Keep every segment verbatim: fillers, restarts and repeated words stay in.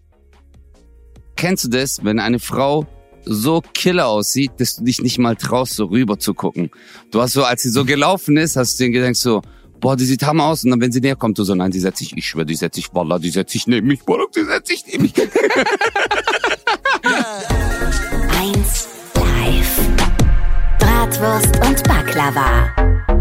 Kennst du das, wenn eine Frau so killer aussieht, dass du dich nicht mal traust, so rüber zu gucken? Du hast so, als sie so gelaufen ist, hast du dir gedacht so, boah, die sieht hammer aus. Und dann, wenn sie näher kommt, du so, nein, die setzt sich, ich schwöre, die setzt sich, wallah, die setzt sich neben mich, wallah, die setzt sich neben mich. eins live. Bratwurst und Baklava.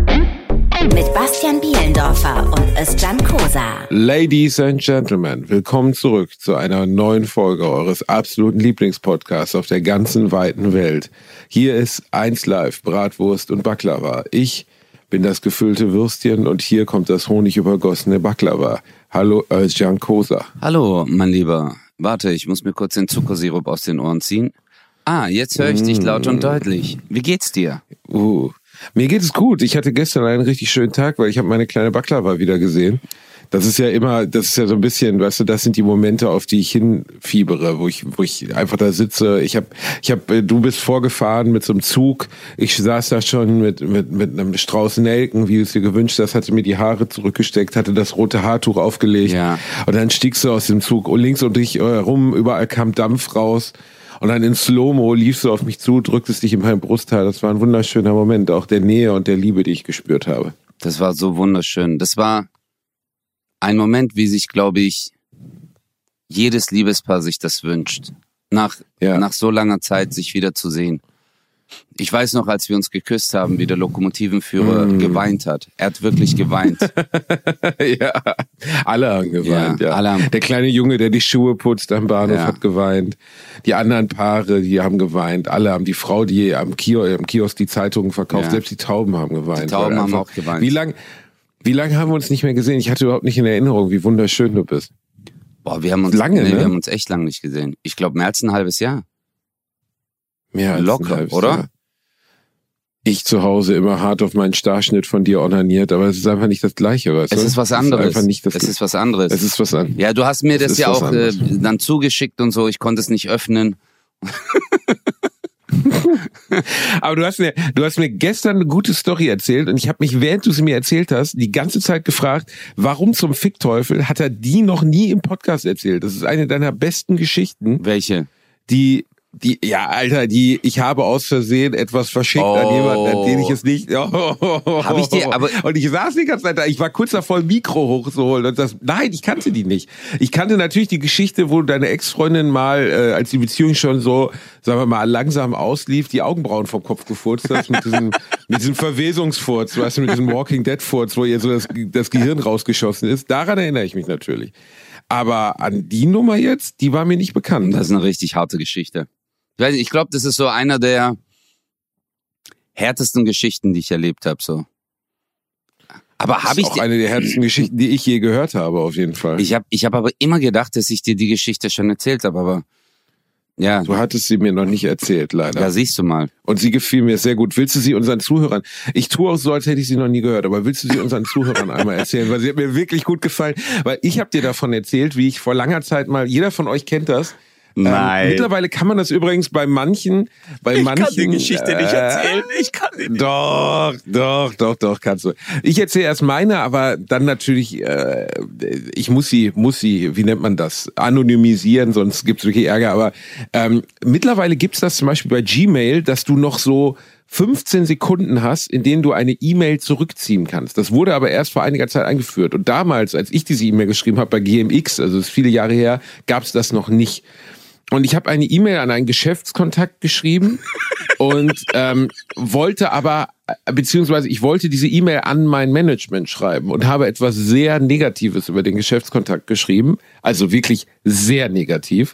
Mit Bastian Bielendorfer und Özcan Kosa. Ladies and Gentlemen, willkommen zurück zu einer neuen Folge eures absoluten Lieblingspodcasts auf der ganzen weiten Welt. Hier ist eins live, Bratwurst und Baklava. Ich bin das gefüllte Würstchen und hier kommt das honigübergossene Baklava. Hallo Özcan Kosa. Hallo, mein Lieber. Warte, ich muss mir kurz den Zuckersirup aus den Ohren ziehen. Ah, jetzt höre ich dich laut und deutlich. Wie geht's dir? Uh, mir geht es gut. Ich hatte gestern einen richtig schönen Tag, weil ich habe meine kleine Baklava wieder gesehen. Das ist ja immer, das ist ja so ein bisschen, weißt du, das sind die Momente, auf die ich hinfiebere, wo ich, wo ich einfach da sitze. Ich habe, ich habe, du bist vorgefahren mit so einem Zug. Ich saß da schon mit mit mit einem Strauß Nelken, wie du es dir gewünscht hast, hatte mir die Haare zurückgesteckt, hatte das rote Haartuch aufgelegt. Ja. Und dann stiegst du aus dem Zug und links um dich herum, überall kam Dampf raus. Und dann in Slow-Mo liefst du auf mich zu, drücktest dich in mein Brustteil. Das war ein wunderschöner Moment, auch der Nähe und der Liebe, die ich gespürt habe. Das war so wunderschön. Das war ein Moment, wie sich, glaube ich, jedes Liebespaar sich das wünscht. Nach, ja. nach so langer Zeit sich wieder zu sehen. Ich weiß noch, als wir uns geküsst haben, wie der Lokomotivenführer mm. geweint hat. Er hat wirklich geweint. ja, alle haben geweint. Ja, ja. Alle haben. Der kleine Junge, der die Schuhe putzt am Bahnhof, ja. hat geweint. Die anderen Paare, die haben geweint. Alle haben. Die Frau, die am Kiosk, am Kiosk die Zeitungen verkauft, ja. selbst die Tauben haben geweint. Die Tauben haben auch geweint. Wie lang, wie lange haben wir uns nicht mehr gesehen? Ich hatte überhaupt nicht in Erinnerung, wie wunderschön du bist. Boah, wir haben uns lange, nee, ne? wir haben uns echt lange nicht gesehen. Ich glaube, mehr als ein halbes Jahr. Mehr als Locker, ein halbes oder? Jahr. Ich zu Hause immer hart auf meinen Starschnitt von dir onaniert, aber es ist einfach nicht das Gleiche, weißt du? Es ist was anderes. Es ist, nicht das es ist was anderes. Es ist was anderes. Ja, du hast mir es das ja auch äh, anderes. dann zugeschickt und so, ich konnte es nicht öffnen. Aber du hast mir, du hast mir gestern eine gute Story erzählt und ich habe mich, während du sie mir erzählt hast, die ganze Zeit gefragt, warum zum Fickteufel hat er die noch nie im Podcast erzählt? Das ist eine deiner besten Geschichten. Welche? Die Die, ja, Alter, die, ich habe aus Versehen etwas verschickt oh. an jemanden, an den ich es nicht, oh. Hab ich dir, aber. Und ich saß die ganze Zeit da, ich war kurz davor, ein Mikro hochzuholen und das, nein, ich kannte die nicht. Ich kannte natürlich die Geschichte, wo deine Ex-Freundin mal, äh, als die Beziehung schon so, sagen wir mal, langsam auslief, die Augenbrauen vom Kopf gefurzt hast, mit diesem, mit diesem Verwesungsfurz, weißt du, mit diesem Walking Dead Furz, wo ihr so das, das Gehirn rausgeschossen ist. Daran erinnere ich mich natürlich. Aber an die Nummer jetzt, die war mir nicht bekannt. Das ist eine richtig harte Geschichte. Ich glaube, das ist so einer der härtesten Geschichten, die ich erlebt habe. So. Aber habe ich auch eine der härtesten Geschichten, die ich je gehört habe, auf jeden Fall. Ich habe, ich habe aber immer gedacht, dass ich dir die Geschichte schon erzählt habe, aber ja. Du hattest sie mir noch nicht erzählt, leider. Ja, siehst du mal. Und sie gefiel mir sehr gut. Willst du sie unseren Zuhörern? Ich tue auch so, als hätte ich sie noch nie gehört, aber willst du sie unseren Zuhörern einmal erzählen? Weil sie hat mir wirklich gut gefallen. Weil ich habe dir davon erzählt, wie ich vor langer Zeit mal, jeder von euch kennt das. Nein. Ähm, mittlerweile kann man das übrigens bei manchen, bei ich manchen. Ich kann die Geschichte äh, nicht erzählen. Ich kann die nicht. Doch, doch, doch, doch, kannst du. Ich erzähle erst meine, aber dann natürlich, äh, ich muss sie, muss sie, wie nennt man das, anonymisieren, sonst gibt's wirklich Ärger. Aber ähm, mittlerweile gibt's das zum Beispiel bei Gmail, dass du noch so fünfzehn Sekunden hast, in denen du eine E-Mail zurückziehen kannst. Das wurde aber erst vor einiger Zeit eingeführt. Und damals, als ich diese E-Mail geschrieben habe bei G M X, also das ist viele Jahre her, gab's das noch nicht. Und ich habe eine E-Mail an einen Geschäftskontakt geschrieben und ähm, wollte aber, beziehungsweise ich wollte diese E-Mail an mein Management schreiben und habe etwas sehr Negatives über den Geschäftskontakt geschrieben, also wirklich sehr negativ.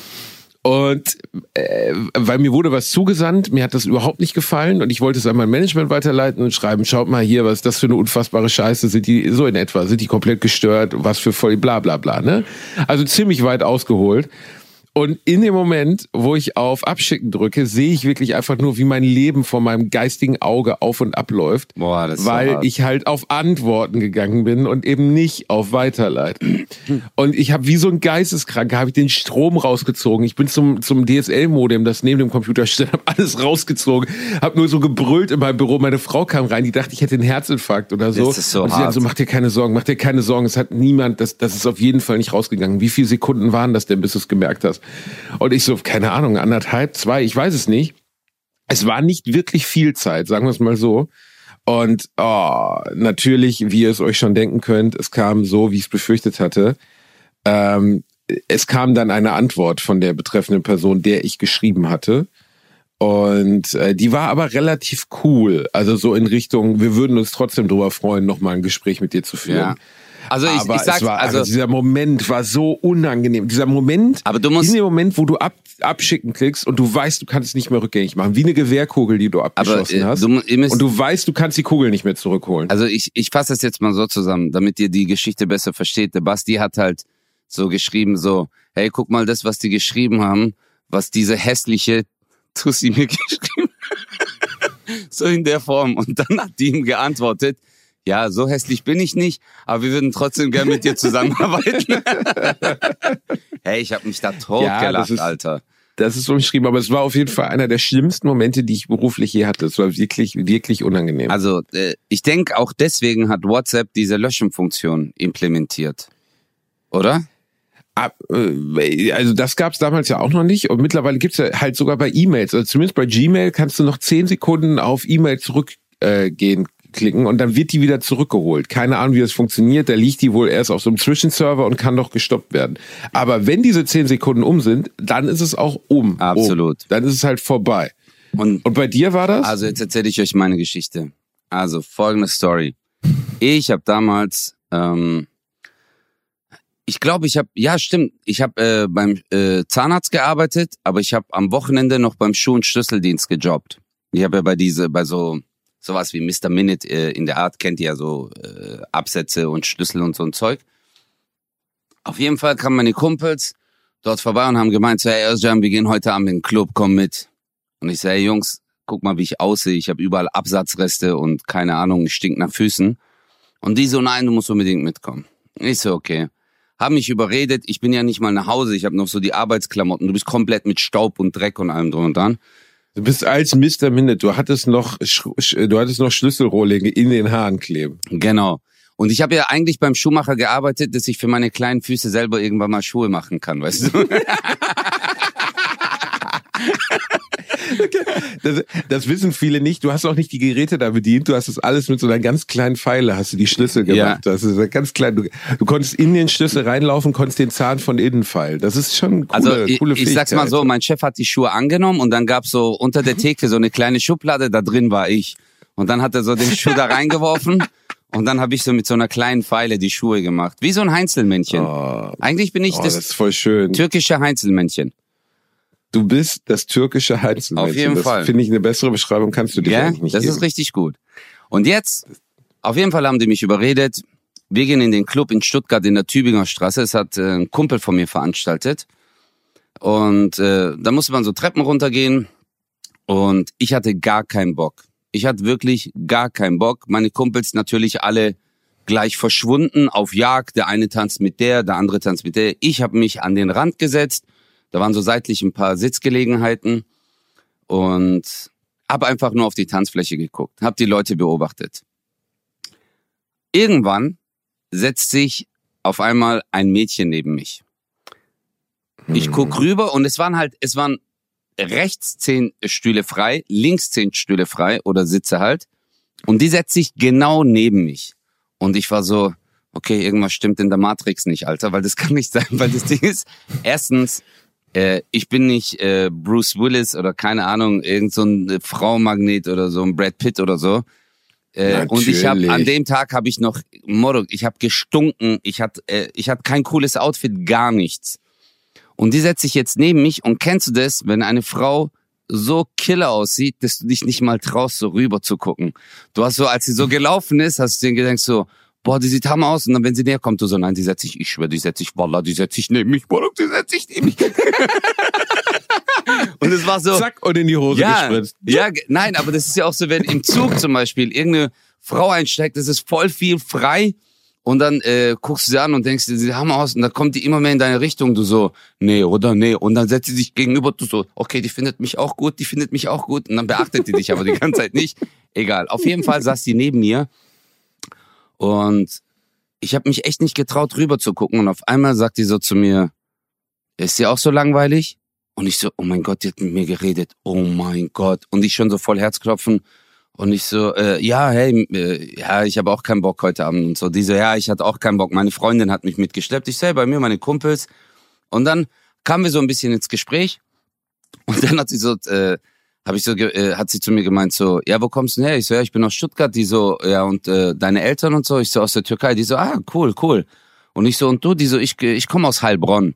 Und äh, weil mir wurde was zugesandt, mir hat das überhaupt nicht gefallen und ich wollte es an mein Management weiterleiten und schreiben, schaut mal hier, was ist das für eine unfassbare Scheiße, sind die so in etwa, sind die komplett gestört, was für voll bla bla bla, ne? Also ziemlich weit ausgeholt. Und in dem Moment, wo ich auf Abschicken drücke, sehe ich wirklich einfach nur, wie mein Leben vor meinem geistigen Auge auf und ab läuft. Boah, das ist weil so hart. ich halt auf Antworten gegangen bin und eben nicht auf Weiterleiten. Und ich habe wie so ein Geisteskranker, habe ich den Strom rausgezogen. Ich bin zum, zum D S L-Modem, das neben dem Computer steht, habe alles rausgezogen, habe nur so gebrüllt in meinem Büro. Meine Frau kam rein, die dachte, ich hätte einen Herzinfarkt oder so. Das ist so und sie hart. dann so, mach dir keine Sorgen, mach dir keine Sorgen. Es hat niemand, das, das ist auf jeden Fall nicht rausgegangen. Wie viele Sekunden waren das denn, bis du es gemerkt hast? Und ich so, keine Ahnung, anderthalb, zwei, ich weiß es nicht. Es war nicht wirklich viel Zeit, sagen wir es mal so. Und oh, natürlich, wie ihr es euch schon denken könnt, es kam so, wie ich es befürchtet hatte. Ähm, es kam dann eine Antwort von der betreffenden Person, der ich geschrieben hatte. Und äh, die war aber relativ cool. Also so in Richtung, wir würden uns trotzdem drüber freuen, nochmal ein Gespräch mit dir zu führen. Ja. Also ich, aber ich sag's, es war, also, also dieser Moment war so unangenehm. Dieser Moment, aber du musst, in dem Moment, wo du ab, abschicken klickst und du weißt, du kannst es nicht mehr rückgängig machen. Wie eine Gewehrkugel, die du abgeschossen aber, äh, hast. Du, ihr müsst, und du weißt, du kannst die Kugel nicht mehr zurückholen. Also ich, ich fasse das jetzt mal so zusammen, damit ihr die Geschichte besser versteht. Der Basti hat halt so geschrieben, so, hey, guck mal das, was die geschrieben haben, was diese hässliche Tussi mir geschrieben hat. So in der Form. Und dann hat die ihm geantwortet, ja, so hässlich bin ich nicht, aber wir würden trotzdem gern mit dir zusammenarbeiten. Hey, ich habe mich da totgelacht, ja, Alter. Das ist so geschrieben, aber es war auf jeden Fall einer der schlimmsten Momente, die ich beruflich je hatte. Es war wirklich, wirklich unangenehm. Also äh, ich denke, auch deswegen hat WhatsApp diese Löschenfunktion implementiert. Oder? Also das gab es damals ja auch noch nicht und mittlerweile gibt es ja halt sogar bei E-Mails, also zumindest bei Gmail kannst du noch zehn Sekunden auf E-Mail zurückgehen, äh, klicken und dann wird die wieder zurückgeholt. Keine Ahnung, wie das funktioniert, da liegt die wohl erst auf so einem Zwischenserver und kann doch gestoppt werden. Aber wenn diese zehn Sekunden um sind, dann ist es auch um. Absolut. Um. Dann ist es halt vorbei. Und, und bei dir war das? Also jetzt erzähle ich euch meine Geschichte. Also folgende Story. Ich habe damals... Ähm, Ich glaube, ich habe, ja stimmt, ich habe äh, beim äh, Zahnarzt gearbeitet, aber ich habe am Wochenende noch beim Schuh- und Schlüsseldienst gejobbt. Ich habe ja bei diese, bei so sowas wie Mister Minute äh, in der Art, kennt ihr ja so äh, Absätze und Schlüssel und so ein Zeug. Auf jeden Fall kamen meine Kumpels dort vorbei und haben gemeint, so, hey Özcan, wir gehen heute Abend in den Club, komm mit. Und ich sage, hey Jungs, guck mal, wie ich aussehe, ich habe überall Absatzreste und keine Ahnung, ich stink nach Füßen. Und die so, nein, du musst unbedingt mitkommen. Ich so, okay. Haben mich überredet, ich bin ja nicht mal nach Hause, ich habe noch so die Arbeitsklamotten, du bist komplett mit Staub und Dreck und allem drum und dran. Du bist als Mister Minute, du hattest noch du hattest noch Schlüsselrohlinge in den Haaren kleben. Genau. Und ich habe ja eigentlich beim Schuhmacher gearbeitet, dass ich für meine kleinen Füße selber irgendwann mal Schuhe machen kann, weißt du? Okay. Das, das wissen viele nicht. Du hast auch nicht die Geräte da bedient. Du hast das alles mit so einer ganz kleinen Pfeile, hast du die Schlüssel gemacht. Ja. Das ist ganz klein. Du, du konntest in den Schlüssel reinlaufen, konntest den Zahn von innen feilen. Das ist schon eine coole, also ich, coole ich sag's mal so, mein Chef hat die Schuhe angenommen und dann gab's so unter der Theke so eine kleine Schublade, da drin war ich. Und dann hat er so den Schuh da reingeworfen und dann habe ich so mit so einer kleinen Pfeile die Schuhe gemacht. Wie so ein Heinzelmännchen. Oh. Eigentlich bin ich oh, das, das ist voll schön. türkische Heinzelmännchen. Du bist das türkische Heinzelmännchen. Auf jeden das Fall. Finde ich eine bessere Beschreibung, kannst du dir ja, eigentlich nicht das geben. ist richtig gut. Und jetzt, auf jeden Fall haben die mich überredet. Wir gehen in den Club in Stuttgart in der Tübinger Straße. Es hat äh, ein Kumpel von mir veranstaltet. Und äh, da musste man so Treppen runtergehen. Und ich hatte gar keinen Bock. Ich hatte wirklich gar keinen Bock. Meine Kumpels natürlich alle gleich verschwunden auf Jagd. Der eine tanzt mit der, der andere tanzt mit der. Ich habe mich an den Rand gesetzt. Da waren so seitlich ein paar Sitzgelegenheiten und habe einfach nur auf die Tanzfläche geguckt, habe die Leute beobachtet. Irgendwann setzt sich auf einmal ein Mädchen neben mich. Ich guck rüber und es waren halt, es waren rechts zehn Stühle frei, links zehn Stühle frei oder Sitze halt. Und die setzt sich genau neben mich. Und ich war so, okay, irgendwas stimmt in der Matrix nicht, Alter, weil das kann nicht sein, weil das Ding ist, erstens, Äh, ich bin nicht äh, Bruce Willis oder keine Ahnung, irgend so ein äh, Frauenmagnet oder so ein Brad Pitt oder so. Äh, und ich habe an dem Tag habe ich noch Motto, ich habe gestunken, ich hatte äh, ich hatte kein cooles Outfit, gar nichts. Und die setzt sich jetzt neben mich und kennst du das, wenn eine Frau so killer aussieht, dass du dich nicht mal traust, so rüber zu gucken. Du hast so, als sie so gelaufen ist, hast du dir gedacht so, boah, die sieht hammer aus. Und dann, wenn sie näher kommt, du so, nein, die setzt sich, ich schwöre, die setzt sich, wallah, die setzt sich neben mich, Morok, die setzt sich neben mich. Und es war so. Zack, und in die Hose ja, gespritzt. Ja, nein, aber das ist ja auch so, wenn im Zug zum Beispiel irgendeine Frau einsteigt, das ist voll viel frei. Und dann äh, guckst du sie an und denkst, sie sieht hammer aus. Und dann kommt die immer mehr in deine Richtung. Du so, nee, oder nee. Und dann setzt sie sich gegenüber. Du so, okay, die findet mich auch gut, die findet mich auch gut. Und dann beachtet die dich aber die ganze Zeit nicht. Egal. Auf jeden Fall saß die neben mir. Und ich habe mich echt nicht getraut, rüber zu gucken. Und auf einmal sagt die so zu mir, ist dir auch so langweilig? Und ich so, oh mein Gott, die hat mit mir geredet. Oh mein Gott. Und ich schon so voll Herzklopfen. Und ich so, äh, ja, hey, äh, ja, ich habe auch keinen Bock heute Abend und so. Die so, ja, ich hatte auch keinen Bock. Meine Freundin hat mich mitgeschleppt. Ich so, bei mir, meine Kumpels. Und dann kamen wir so ein bisschen ins Gespräch. Und dann hat sie so, äh, habe ich so, äh, hat sie zu mir gemeint so, ja, wo kommst du denn her? Ich so, ja, ich bin aus Stuttgart. Die so, ja, und äh, deine Eltern und so. Ich so, aus der Türkei. Die so, ah, cool, cool. Und ich so, und du? Die so, ich, ich komme aus Heilbronn.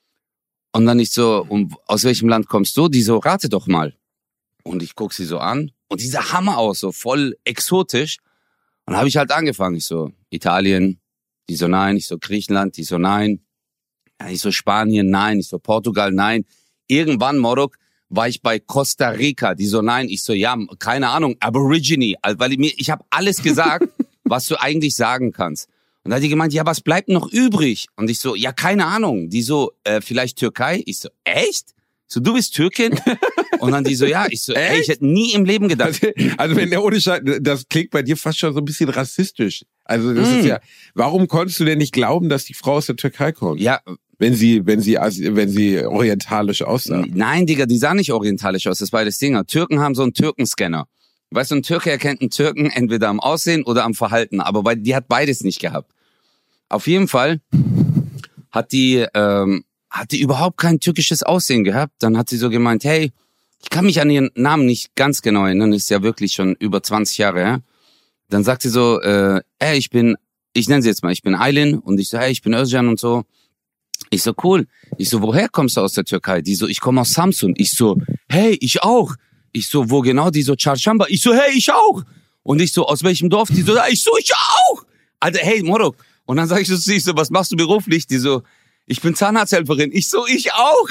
Und dann ich so, um, aus welchem Land kommst du? Die so, rate doch mal. Und ich guck sie so an. Und die sah Hammer aus, so voll exotisch. Und dann habe ich halt angefangen. Ich so, Italien. Die so, nein. Ich so, Griechenland. Die so, nein. Ja, ich so, Spanien. Nein. Ich so, Portugal. Nein. Irgendwann, Morok, war ich bei Costa Rica. Die so, nein. Ich so, ja, keine Ahnung. Aborigine. Weil ich mir, ich habe alles gesagt, was du eigentlich sagen kannst. Und dann hat die gemeint, ja, was bleibt noch übrig? Und ich so, ja, keine Ahnung. Die so, äh, vielleicht Türkei? Ich so, echt? So, du bist Türkin? Und dann die so, ja, ich so, ey, ich hätte nie im Leben gedacht. Also, also wenn der ohne Scheiß, das klingt bei dir fast schon so ein bisschen rassistisch. Also das Mm. ist ja, warum konntest du denn nicht glauben, dass die Frau aus der Türkei kommt? Ja, Wenn sie, wenn sie, wenn sie orientalisch aussah. nein, Digga, die sah nicht orientalisch aus, das war das Ding. Türken haben so einen Türkenscanner. Weißt du, ein Türke erkennt einen Türken entweder am Aussehen oder am Verhalten, aber bei, die hat beides nicht gehabt. Auf jeden Fall hat die, ähm, hat die überhaupt kein türkisches Aussehen gehabt. Dann hat sie so gemeint, hey, ich kann mich an ihren Namen nicht ganz genau erinnern, ist ja wirklich schon über zwanzig Jahre her. Dann sagt sie so, äh, hey, ich bin, ich nenne sie jetzt mal, ich bin Aylin. Und ich so, hey, ich bin Özcan und so. Ich so, cool. Ich so, woher kommst du aus der Türkei? Die so, ich komme aus Samsun. Ich so, hey, ich auch. Ich so, wo genau? Die so, Çarşamba. Ich so, hey, ich auch. Und ich so, aus welchem Dorf? Die so, ich so, ich auch. Alter, hey, Morok. Und dann sag ich so, ich so, was machst du beruflich? Die so, ich bin Zahnarzthelferin. Ich so, ich auch.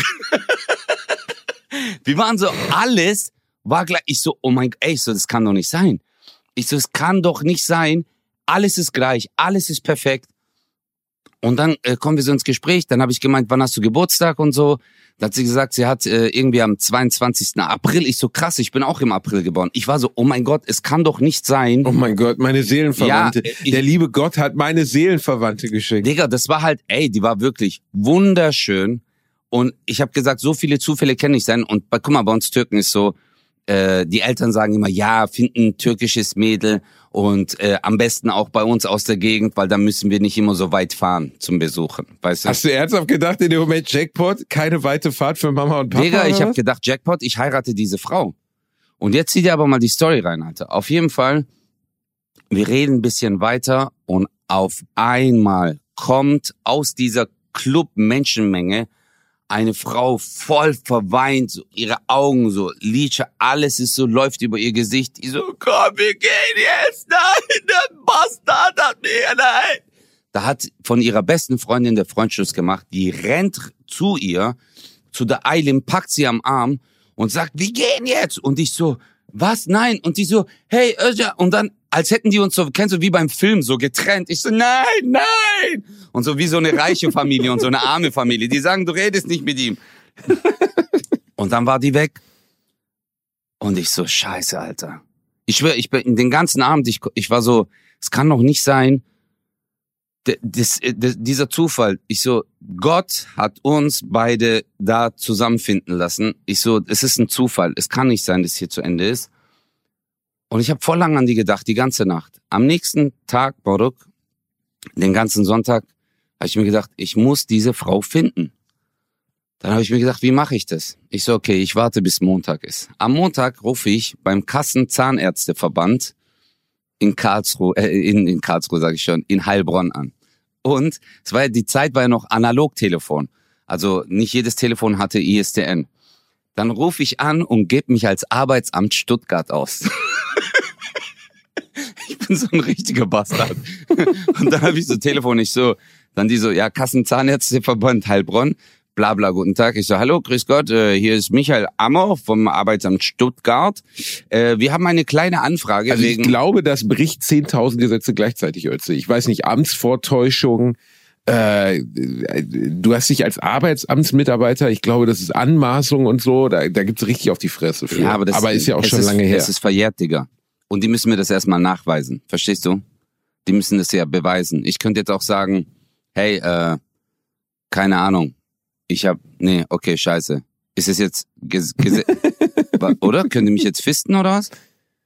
Wir waren so, alles war gleich. Ich so, oh mein Gott, ey, ich so, das kann doch nicht sein. Ich so, es kann doch nicht sein. Alles ist gleich, alles ist perfekt. Und dann äh, kommen wir so ins Gespräch. Dann habe ich gemeint, wann hast du Geburtstag und so. Da hat sie gesagt, sie hat äh, irgendwie am zweiundzwanzigsten April. Ich so, krass, ich bin auch im April geboren. Ich war so, oh mein Gott, es kann doch nicht sein. Oh mein Gott, meine Seelenverwandte. Ja, ich, der liebe Gott hat meine Seelenverwandte geschickt. Digga, das war halt, ey, die war wirklich wunderschön. Und ich habe gesagt, so viele Zufälle kann nicht sein. Und bei, guck mal, bei uns Türken ist so, äh, die Eltern sagen immer, ja, find ein türkisches Mädel und äh, am besten auch bei uns aus der Gegend, weil dann müssen wir nicht immer so weit fahren zum Besuchen. Weißt du? Hast du ernsthaft gedacht, in dem Moment Jackpot, keine weite Fahrt für Mama und Papa? Digga, ich oder habe was? gedacht, Jackpot, ich heirate diese Frau. Und jetzt zieh dir aber mal die Story rein, Alter. Auf jeden Fall, wir reden ein bisschen weiter und auf einmal kommt aus dieser Club-Menschenmenge eine Frau voll verweint, so ihre Augen so, Lidsche, alles ist so, läuft über ihr Gesicht. Die so, komm, wir gehen jetzt, nein, der Bastard hat mir, nein. Da hat von ihrer besten Freundin der Freundschluss gemacht, die rennt zu ihr, zu der Aylin, packt sie am Arm und sagt, wir gehen jetzt. Und ich so, was, nein? Und die so, hey, Özcan. Und dann, als hätten die uns so, kennst du, wie beim Film, so getrennt. Ich so, nein, nein. Und so wie so eine reiche Familie und so eine arme Familie. Die sagen, du redest nicht mit ihm. Und dann war die weg. Und ich so, scheiße, Alter. Ich schwöre, ich bin den ganzen Abend, ich, ich war so, es kann doch nicht sein, das, das, dieser Zufall. Ich so, Gott hat uns beide da zusammenfinden lassen. Ich so, es ist ein Zufall. Es kann nicht sein, dass hier zu Ende ist. Und ich habe voll lang an die gedacht, die ganze Nacht. Am nächsten Tag, Boruk, den ganzen Sonntag, habe ich mir gedacht, ich muss diese Frau finden. Dann habe ich mir gedacht, wie mache ich das? Ich so, okay, ich warte, bis Montag ist. Am Montag rufe ich beim Kassenzahnärzteverband in Karlsruhe, äh, in, in Karlsruhe sage ich schon, in Heilbronn an. Und es war ja, die Zeit war ja noch Analogtelefon. Also nicht jedes Telefon hatte I S D N. Dann rufe ich an und gebe mich als Arbeitsamt Stuttgart aus. Ich bin bin so ein richtiger Bastard. Und dann habe ich so Telefon, ich so, dann die so, ja, Kassenzahnärzteverband Heilbronn, bla bla, guten Tag. Ich so, hallo, grüß Gott, äh, hier ist Michael Ammer vom Arbeitsamt Stuttgart. Äh, wir haben eine kleine Anfrage. Also wegen ich glaube, das bricht zehntausend Gesetze gleichzeitig, Ötzi. Ich weiß nicht, Amtsvortäuschung, äh, du hast dich als Arbeitsamtsmitarbeiter, ich glaube, das ist Anmaßung und so, da, da gibt's richtig auf die Fresse für. Ja, aber, das, aber ist ja auch schon ist, lange her. Es ist verjährt, Digga. Und die müssen mir das erstmal nachweisen. Verstehst du? Die müssen das ja beweisen. Ich könnte jetzt auch sagen, hey, äh, keine Ahnung, ich hab, nee, okay, scheiße. Ist es jetzt, ges- ges- oder? Könnt ihr mich jetzt fisten oder was?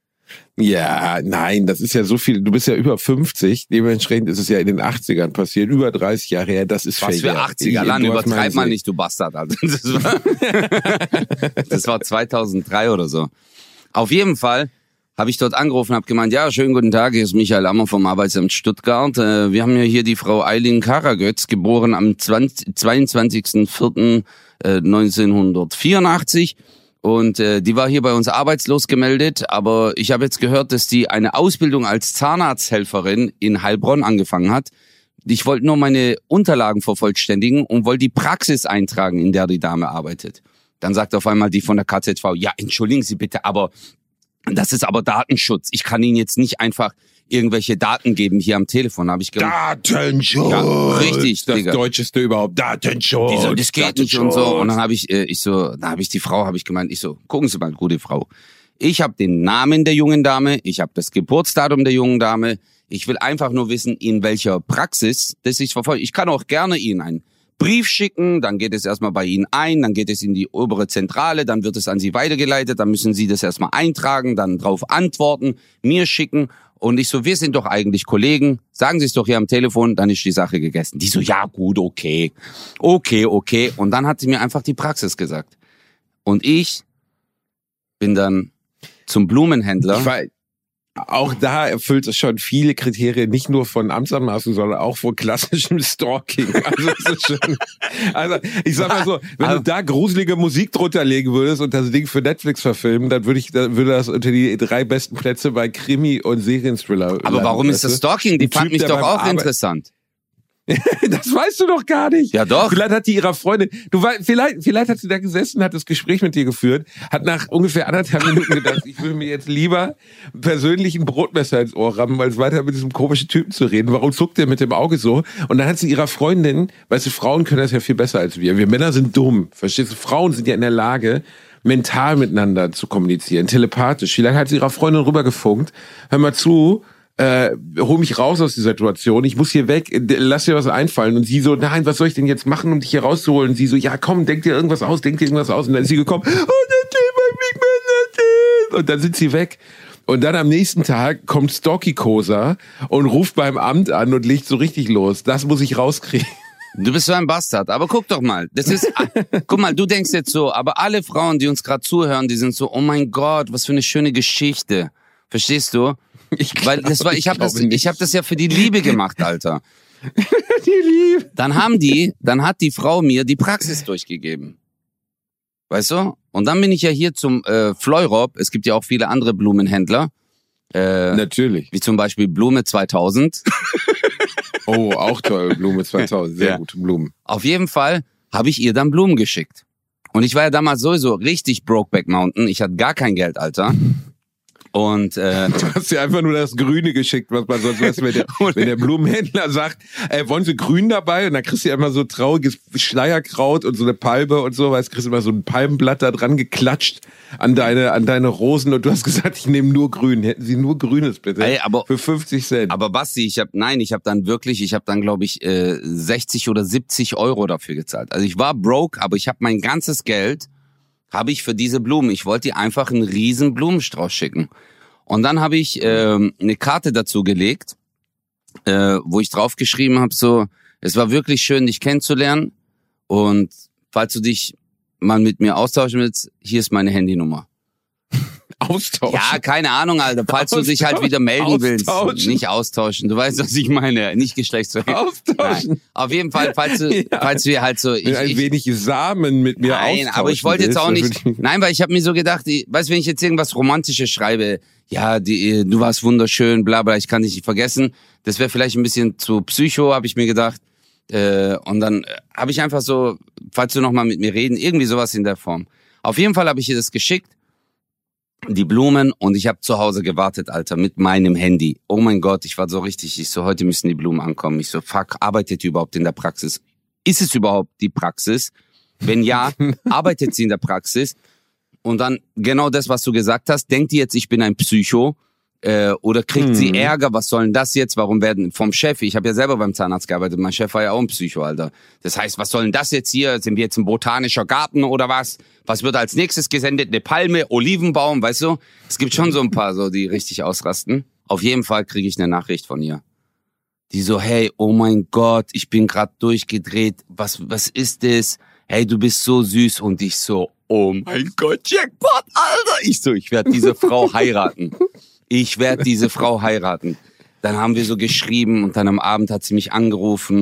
Ja, nein, das ist ja so viel, du bist ja über fünfzig, dementsprechend ist es ja in den achtzigern passiert, über dreißig Jahre her, das ist Was für achtziger, Land, übertreib mal nicht, du Bastard, Alter. Das war, das war zweitausenddrei oder so. Auf jeden Fall habe ich dort angerufen und habe gemeint, ja, schönen guten Tag, hier ist Michael Ammer vom Arbeitsamt Stuttgart. Äh, wir haben ja hier die Frau Eileen Karagötz, geboren am zweiundzwanzigsten vierten neunzehnhundertvierundachtzig. Und äh, die war hier bei uns arbeitslos gemeldet, aber ich habe jetzt gehört, dass die eine Ausbildung als Zahnarzthelferin in Heilbronn angefangen hat. Ich wollte nur meine Unterlagen vervollständigen und wollte die Praxis eintragen, in der die Dame arbeitet. Dann sagt auf einmal die von der K Z V, ja, entschuldigen Sie bitte, aber das ist aber Datenschutz. Ich kann Ihnen jetzt nicht einfach irgendwelche Daten geben hier am Telefon, habe ich gesagt. Datenschutz! Ja, richtig, das Digga. Deutscheste überhaupt, Datenschutz! Die so, das geht nicht und so. Und dann habe ich, äh, ich so, da habe ich die Frau, habe ich gemeint, ich so, gucken Sie mal, gute Frau. Ich habe den Namen der jungen Dame, ich habe das Geburtsdatum der jungen Dame. Ich will einfach nur wissen, in welcher Praxis das ich verfolge. Ich kann auch gerne Ihnen einen Brief schicken, dann geht es erstmal bei Ihnen ein, dann geht es in die obere Zentrale, dann wird es an Sie weitergeleitet, dann müssen Sie das erstmal eintragen, dann drauf antworten, mir schicken. Und ich so, wir sind doch eigentlich Kollegen, sagen Sie es doch hier am Telefon, dann ist die Sache gegessen. Die so, ja gut, okay, okay, okay. Und dann hat sie mir einfach die Praxis gesagt. Und ich bin dann zum Blumenhändler. Ich war, auch da erfüllt es schon viele Kriterien, nicht nur von Amtsanmaßung, sondern auch von klassischem Stalking. Also, es ist schon, also ich sag mal so, wenn du da gruselige Musik drunter legen würdest und das Ding für Netflix verfilmen, dann würde ich, dann würde das unter die drei besten Plätze bei Krimi und Serienthriller. Aber warum ist das Stalking? Die fand mich doch auch interessant. Das weißt du doch gar nicht. Ja doch. Vielleicht hat die ihrer Freundin, du weißt, vielleicht, vielleicht hat sie da gesessen, hat das Gespräch mit dir geführt, hat nach ungefähr anderthalb Minuten gedacht, ich will mir jetzt lieber persönlich ein Brotmesser ins Ohr rammen, als weiter mit diesem komischen Typen zu reden. Warum zuckt der mit dem Auge so? Und dann hat sie ihrer Freundin, weißt du, Frauen können das ja viel besser als wir. Wir Männer sind dumm. Verstehst du? Frauen sind ja in der Lage, mental miteinander zu kommunizieren, telepathisch. Vielleicht hat sie ihrer Freundin rübergefunkt. Hör mal zu, Äh, hol mich raus aus der Situation, ich muss hier weg, lass dir was einfallen. Und sie so, nein, was soll ich denn jetzt machen, um dich hier rauszuholen? Und sie so, ja komm, denk dir irgendwas aus, denk dir irgendwas aus. Und dann ist sie gekommen, und dann sind sie weg. Und dann am nächsten Tag kommt Stalky Kosa und ruft beim Amt an und legt so richtig los. Das muss ich rauskriegen. Du bist so ein Bastard, aber guck doch mal, das ist, guck mal, du denkst jetzt so, aber alle Frauen, die uns gerade zuhören, die sind so, oh mein Gott, was für eine schöne Geschichte. Verstehst du? Ich glaub, Weil das war, ich habe das, ich habe das ja für die Liebe gemacht, Alter. Die Liebe. Dann haben die, dann hat die Frau mir die Praxis durchgegeben, weißt du? Und dann bin ich ja hier zum äh, Fleurop. Es gibt ja auch viele andere Blumenhändler, äh, natürlich, wie zum Beispiel Blume zweitausend. Oh, auch toll, Blume zweitausend, sehr Ja. gute Blumen. Auf jeden Fall habe ich ihr dann Blumen geschickt. Und ich war ja damals sowieso richtig Brokeback Mountain. Ich hatte gar kein Geld, Alter. Und äh, Du hast dir einfach nur das Grüne geschickt, was man sonst weiß, wenn der, wenn der Blumenhändler sagt, äh, wollen Sie Grün dabei? Und dann kriegst du ja immer so trauriges Schleierkraut und so eine Palme und so, weißt, kriegst du immer so ein Palmenblatt da dran geklatscht an deine, an deine Rosen und du hast gesagt, ich nehme nur Grün. Hätten Sie nur Grünes bitte? Ey, aber- für fünfzig Cent. aber Basti, ich habe nein, ich habe dann wirklich, ich habe dann glaube ich äh, sechzig oder siebzig Euro dafür gezahlt. Also ich war broke, aber ich habe mein ganzes Geld habe ich für diese Blumen. Ich wollte ihr einfach einen riesen Blumenstrauß schicken. Und dann habe ich ähm, eine Karte dazu gelegt, äh, wo ich draufgeschrieben habe, so, es war wirklich schön, dich kennenzulernen. Und falls du dich mal mit mir austauschen willst, hier ist meine Handynummer. Austauschen. Ja, keine Ahnung, Alter. Falls du dich halt wieder melden willst. Austauschen. Nicht austauschen. Du weißt, was ich meine. Nicht Geschlechtsverkehr. Austauschen. Nein. Auf jeden Fall, falls du, Ja. falls wir halt so... Ich, Wenn ein ich, wenig Samen mit mir Nein, austauschen aber ich wollte jetzt willst, auch dann nicht... würde ich- Nein, weil ich habe mir so gedacht, ich, weißt du, wenn ich jetzt irgendwas Romantisches schreibe, ja, die, du warst wunderschön, bla bla, ich kann dich nicht vergessen. Das wäre vielleicht ein bisschen zu psycho, habe ich mir gedacht. Äh, und dann äh, habe ich einfach so, falls du nochmal mit mir reden, irgendwie sowas in der Form. Auf jeden Fall habe ich ihr das geschickt, die Blumen, und ich habe zu Hause gewartet, Alter, mit meinem Handy. Oh mein Gott, ich war so richtig, ich so, heute müssen die Blumen ankommen. Ich so, fuck, arbeitet die überhaupt in der Praxis? Ist es überhaupt die Praxis? Wenn ja, arbeitet sie in der Praxis? Und dann genau das, was du gesagt hast, denkt die jetzt, ich bin ein Psycho? Äh, oder kriegt Hm. sie Ärger? Was soll denn das jetzt? Warum werden vom Chef? Ich habe ja selber beim Zahnarzt gearbeitet. Mein Chef war ja auch ein Psycho, Alter. Das heißt, was soll denn das jetzt hier? Sind wir jetzt ein botanischer Garten oder was? Was wird als nächstes gesendet? Eine Palme, Olivenbaum, weißt du? Es gibt schon so ein paar, so die richtig ausrasten. Auf jeden Fall kriege ich eine Nachricht von ihr. Die so, hey, oh mein Gott, ich bin gerade durchgedreht. Was, was ist das? Hey, du bist so süß. Und ich so, oh mein Gott, Jackpot, Alter. Ich so, ich werde diese Frau heiraten. Ich werde diese Frau heiraten. Dann haben wir so geschrieben und dann am Abend hat sie mich angerufen.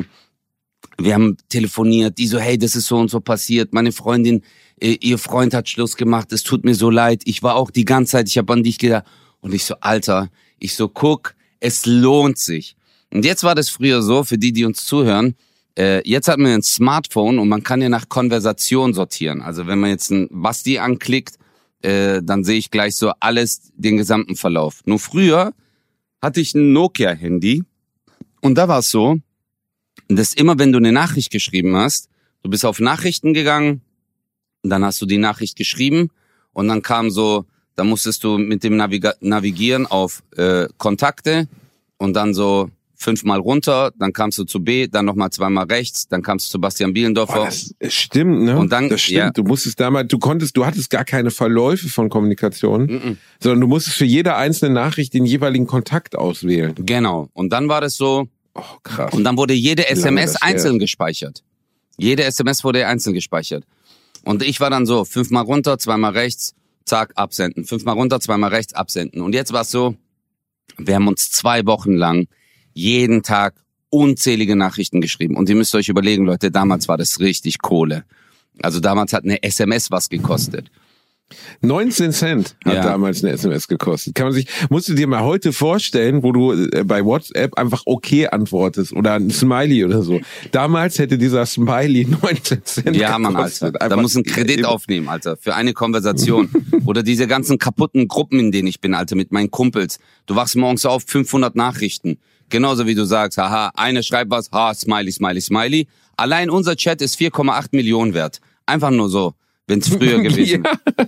Wir haben telefoniert. Die so, hey, das ist so und so passiert. Meine Freundin, äh, ihr Freund hat Schluss gemacht. Es tut mir so leid. Ich war auch die ganze Zeit, ich habe an dich gedacht. Und ich so, Alter, ich so, guck, es lohnt sich. Und jetzt war das früher so, für die, die uns zuhören, äh, jetzt hat man ein Smartphone und man kann ja nach Konversation sortieren. Also wenn man jetzt ein Basti anklickt, äh, dann sehe ich gleich so alles, den gesamten Verlauf. Nur früher hatte ich ein Nokia-Handy und da war es so, dass immer, wenn du eine Nachricht geschrieben hast, du bist auf Nachrichten gegangen, und dann hast du die Nachricht geschrieben und dann kam so, dann musstest du mit dem Naviga- navigieren auf äh, Kontakte und dann so fünfmal runter, dann kamst du zu B, dann nochmal zweimal rechts, dann kamst du zu Bastian Bielendorfer. Boah, das stimmt, ne? Und dann- das stimmt. ja. Du musstest damals, du konntest, du hattest gar keine Verläufe von Kommunikation, Mhm. sondern du musstest für jede einzelne Nachricht den jeweiligen Kontakt auswählen. Genau. Und dann war das so, Oh, krass. und dann wurde jede S M S das her einzeln gespeichert. Jede S M S wurde einzeln gespeichert. Und ich war dann so, fünfmal runter, zweimal rechts, zack, absenden. Fünfmal runter, zweimal rechts, absenden. Und jetzt war es so, wir haben uns zwei Wochen lang jeden Tag unzählige Nachrichten geschrieben. Und ihr müsst euch überlegen, Leute, damals war das richtig Kohle. Also damals hat eine S M S was gekostet. neunzehn Cent hat Ja. damals eine S M S gekostet. Kann man sich, musst du dir mal heute vorstellen, wo du äh, bei WhatsApp einfach okay antwortest oder ein Smiley oder so. Damals hätte dieser Smiley neunzehn Cent Ja, Mann, gekostet. Alter. Da Einfach- muss ein Kredit aufnehmen, Alter, für eine Konversation. Oder diese ganzen kaputten Gruppen, in denen ich bin, Alter, mit meinen Kumpels. Du wachst morgens auf, fünfhundert Nachrichten. Genauso wie du sagst, haha, eine schreibt was, ha, Smiley, Smiley, Smiley. Allein unser Chat ist vier Komma acht Millionen wert. Einfach nur so, wenn es früher gewesen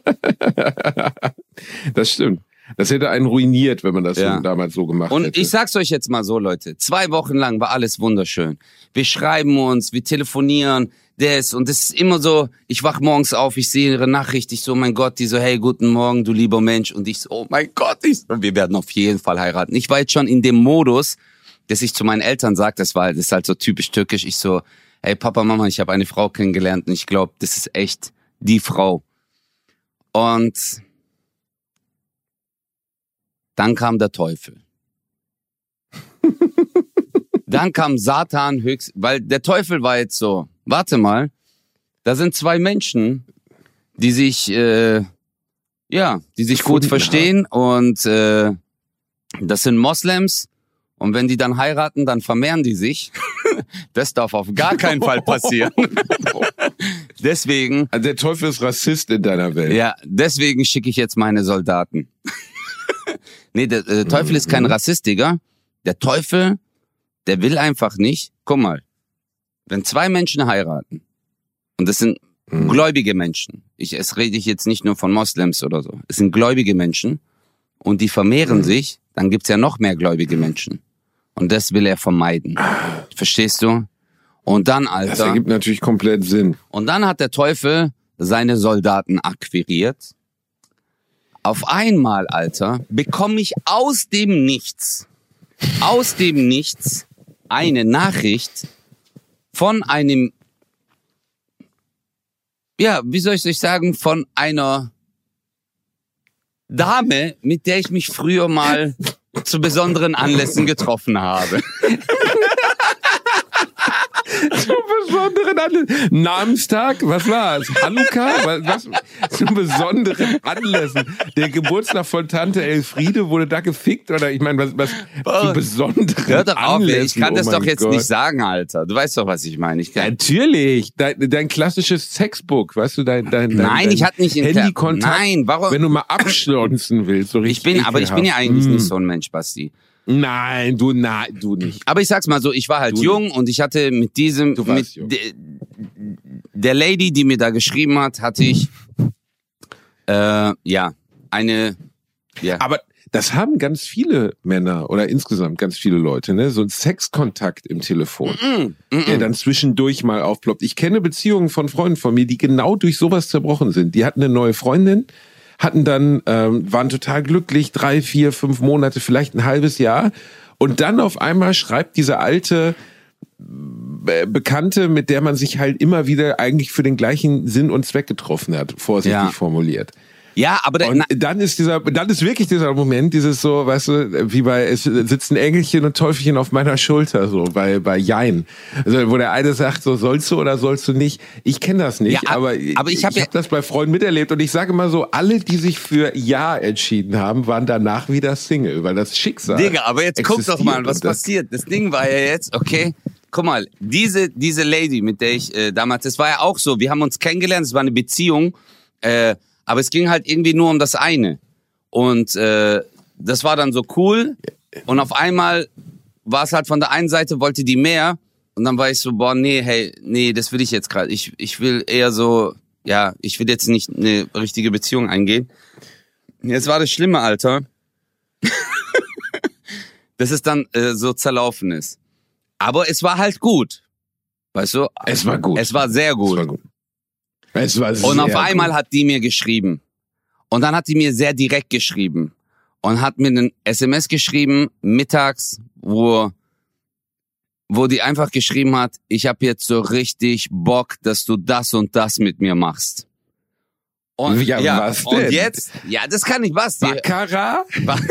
wäre. Das stimmt. Das hätte einen ruiniert, wenn man das Ja. so damals so gemacht Und hätte. ich sag's euch jetzt mal so, Leute. Zwei Wochen lang war alles wunderschön. Wir schreiben uns, wir telefonieren, das. Und es ist immer so, ich wach morgens auf, ich sehe ihre Nachricht, ich so, mein Gott, die so, hey, guten Morgen, du lieber Mensch. Und ich so, oh mein Gott, ich so, wir werden auf jeden Fall heiraten. Ich war jetzt schon in dem Modus, dass ich zu meinen Eltern sage, das war, das ist halt so typisch türkisch. Ich so, hey Papa, Mama, ich habe eine Frau kennengelernt und ich glaube, das ist echt die Frau. Und dann kam der Teufel. Dann kam Satan höchst, weil der Teufel war jetzt so, warte mal, da sind zwei Menschen, die sich, äh, ja, die sich gut Gefunden verstehen und äh, das sind Moslems und wenn die dann heiraten, dann vermehren die sich. Das darf auf gar keinen Fall passieren. Deswegen, Also der Teufel ist Rassist in deiner Welt. ja, deswegen schicke ich jetzt meine Soldaten. Nee, der äh, Teufel ist kein Rassist, Digga. Der Teufel, der will einfach nicht. Guck mal, wenn zwei Menschen heiraten, und das sind Mhm. gläubige Menschen, ich, es rede ich jetzt nicht nur von Moslems oder so, es sind gläubige Menschen und die vermehren Mhm. sich, dann gibt's ja noch mehr gläubige Menschen. Und das will er vermeiden. Verstehst du? Und dann, Das Alter, ergibt natürlich komplett Sinn. und dann hat der Teufel seine Soldaten akquiriert. Auf einmal, Alter, bekomme ich aus dem Nichts, aus dem Nichts eine Nachricht von einem, ja, wie soll ich euch sagen, von einer Dame, mit der ich mich früher mal zu besonderen Anlässen getroffen habe. Zu besonderen Anlässen. Namenstag, was war's? Hanukkah? Was, was? Zu besonderen Anlässen. Der Geburtstag von Tante Elfriede wurde da gefickt? Oder ich meine, was, was zu besonderen Hör doch auf, Anlässen? ich kann oh das doch jetzt Gott. nicht sagen, Alter. Du weißt doch, was ich meine. Ich kann Natürlich. Dein, dein klassisches Sexbook, weißt du, dein, dein, dein Nein, dein ich hatte nicht in Handykontakt. Nein, warum? Wenn du mal abschlonzen willst, so richtig Ich bin, aber ich bin ja eigentlich ekelhaft. nicht so ein Mensch, Basti. Nein, du, nein, du nicht. Aber ich sag's mal so, ich war halt Du jung und ich hatte mit diesem, Du mit warst jung. de, der Lady, die mir da geschrieben hat, hatte ich, äh, ja, eine, ja. Aber das haben ganz viele Männer oder insgesamt ganz viele Leute, ne? So ein Sexkontakt im Telefon, Mm, mm, der dann zwischendurch mal aufploppt. Ich kenne Beziehungen von Freunden von mir, die genau durch sowas zerbrochen sind. Die hatten eine neue Freundin, hatten dann, ähm, waren total glücklich, drei, vier, fünf Monate, vielleicht ein halbes Jahr. Und dann auf einmal schreibt diese alte Be- Bekannte, mit der man sich halt immer wieder eigentlich für den gleichen Sinn und Zweck getroffen hat, vorsichtig Ja. formuliert. ja, aber der, Und na, dann ist dieser, dann ist wirklich dieser Moment, dieses so, weißt du, wie bei, es sitzen Engelchen und Teufelchen auf meiner Schulter, so bei, bei Jein. Also, wo der eine sagt, so, sollst du oder sollst du nicht? Ich kenne das nicht, Ja, ab- aber, aber ich hab ja- hab das bei Freunden miterlebt und ich sage mal so, alle, die sich für Ja entschieden haben, waren danach wieder Single, weil das Schicksal. Digga, aber jetzt guck doch mal, existiert was und das- passiert. Das Ding war ja jetzt, okay, guck mal, diese, diese Lady, mit der ich äh, damals, das war ja auch so, wir haben uns kennengelernt, es war eine Beziehung, äh, aber es ging halt irgendwie nur um das eine. Und äh, das war dann so cool. Und auf einmal war es halt von der einen Seite, wollte die mehr. Und dann war ich so, boah, nee, hey, nee, das will ich jetzt gerade. Ich, ich will eher so, ja, ich will jetzt nicht eine richtige Beziehung eingehen. Jetzt war das Schlimme, Alter, dass es dann äh, so zerlaufen ist. Aber es war halt gut. Weißt du? Es war gut. Es war sehr Es gut. war gut. Es war Und sehr auf einmal gut. hat die mir geschrieben. Und dann hat die mir sehr direkt geschrieben. Und hat mir einen S M S geschrieben, mittags, wo, wo die einfach geschrieben hat, ich habe jetzt so richtig Bock, dass du das und das mit mir machst. Und, Ja, was und denn? jetzt, ja, das kann ich was. Die, Baccarat?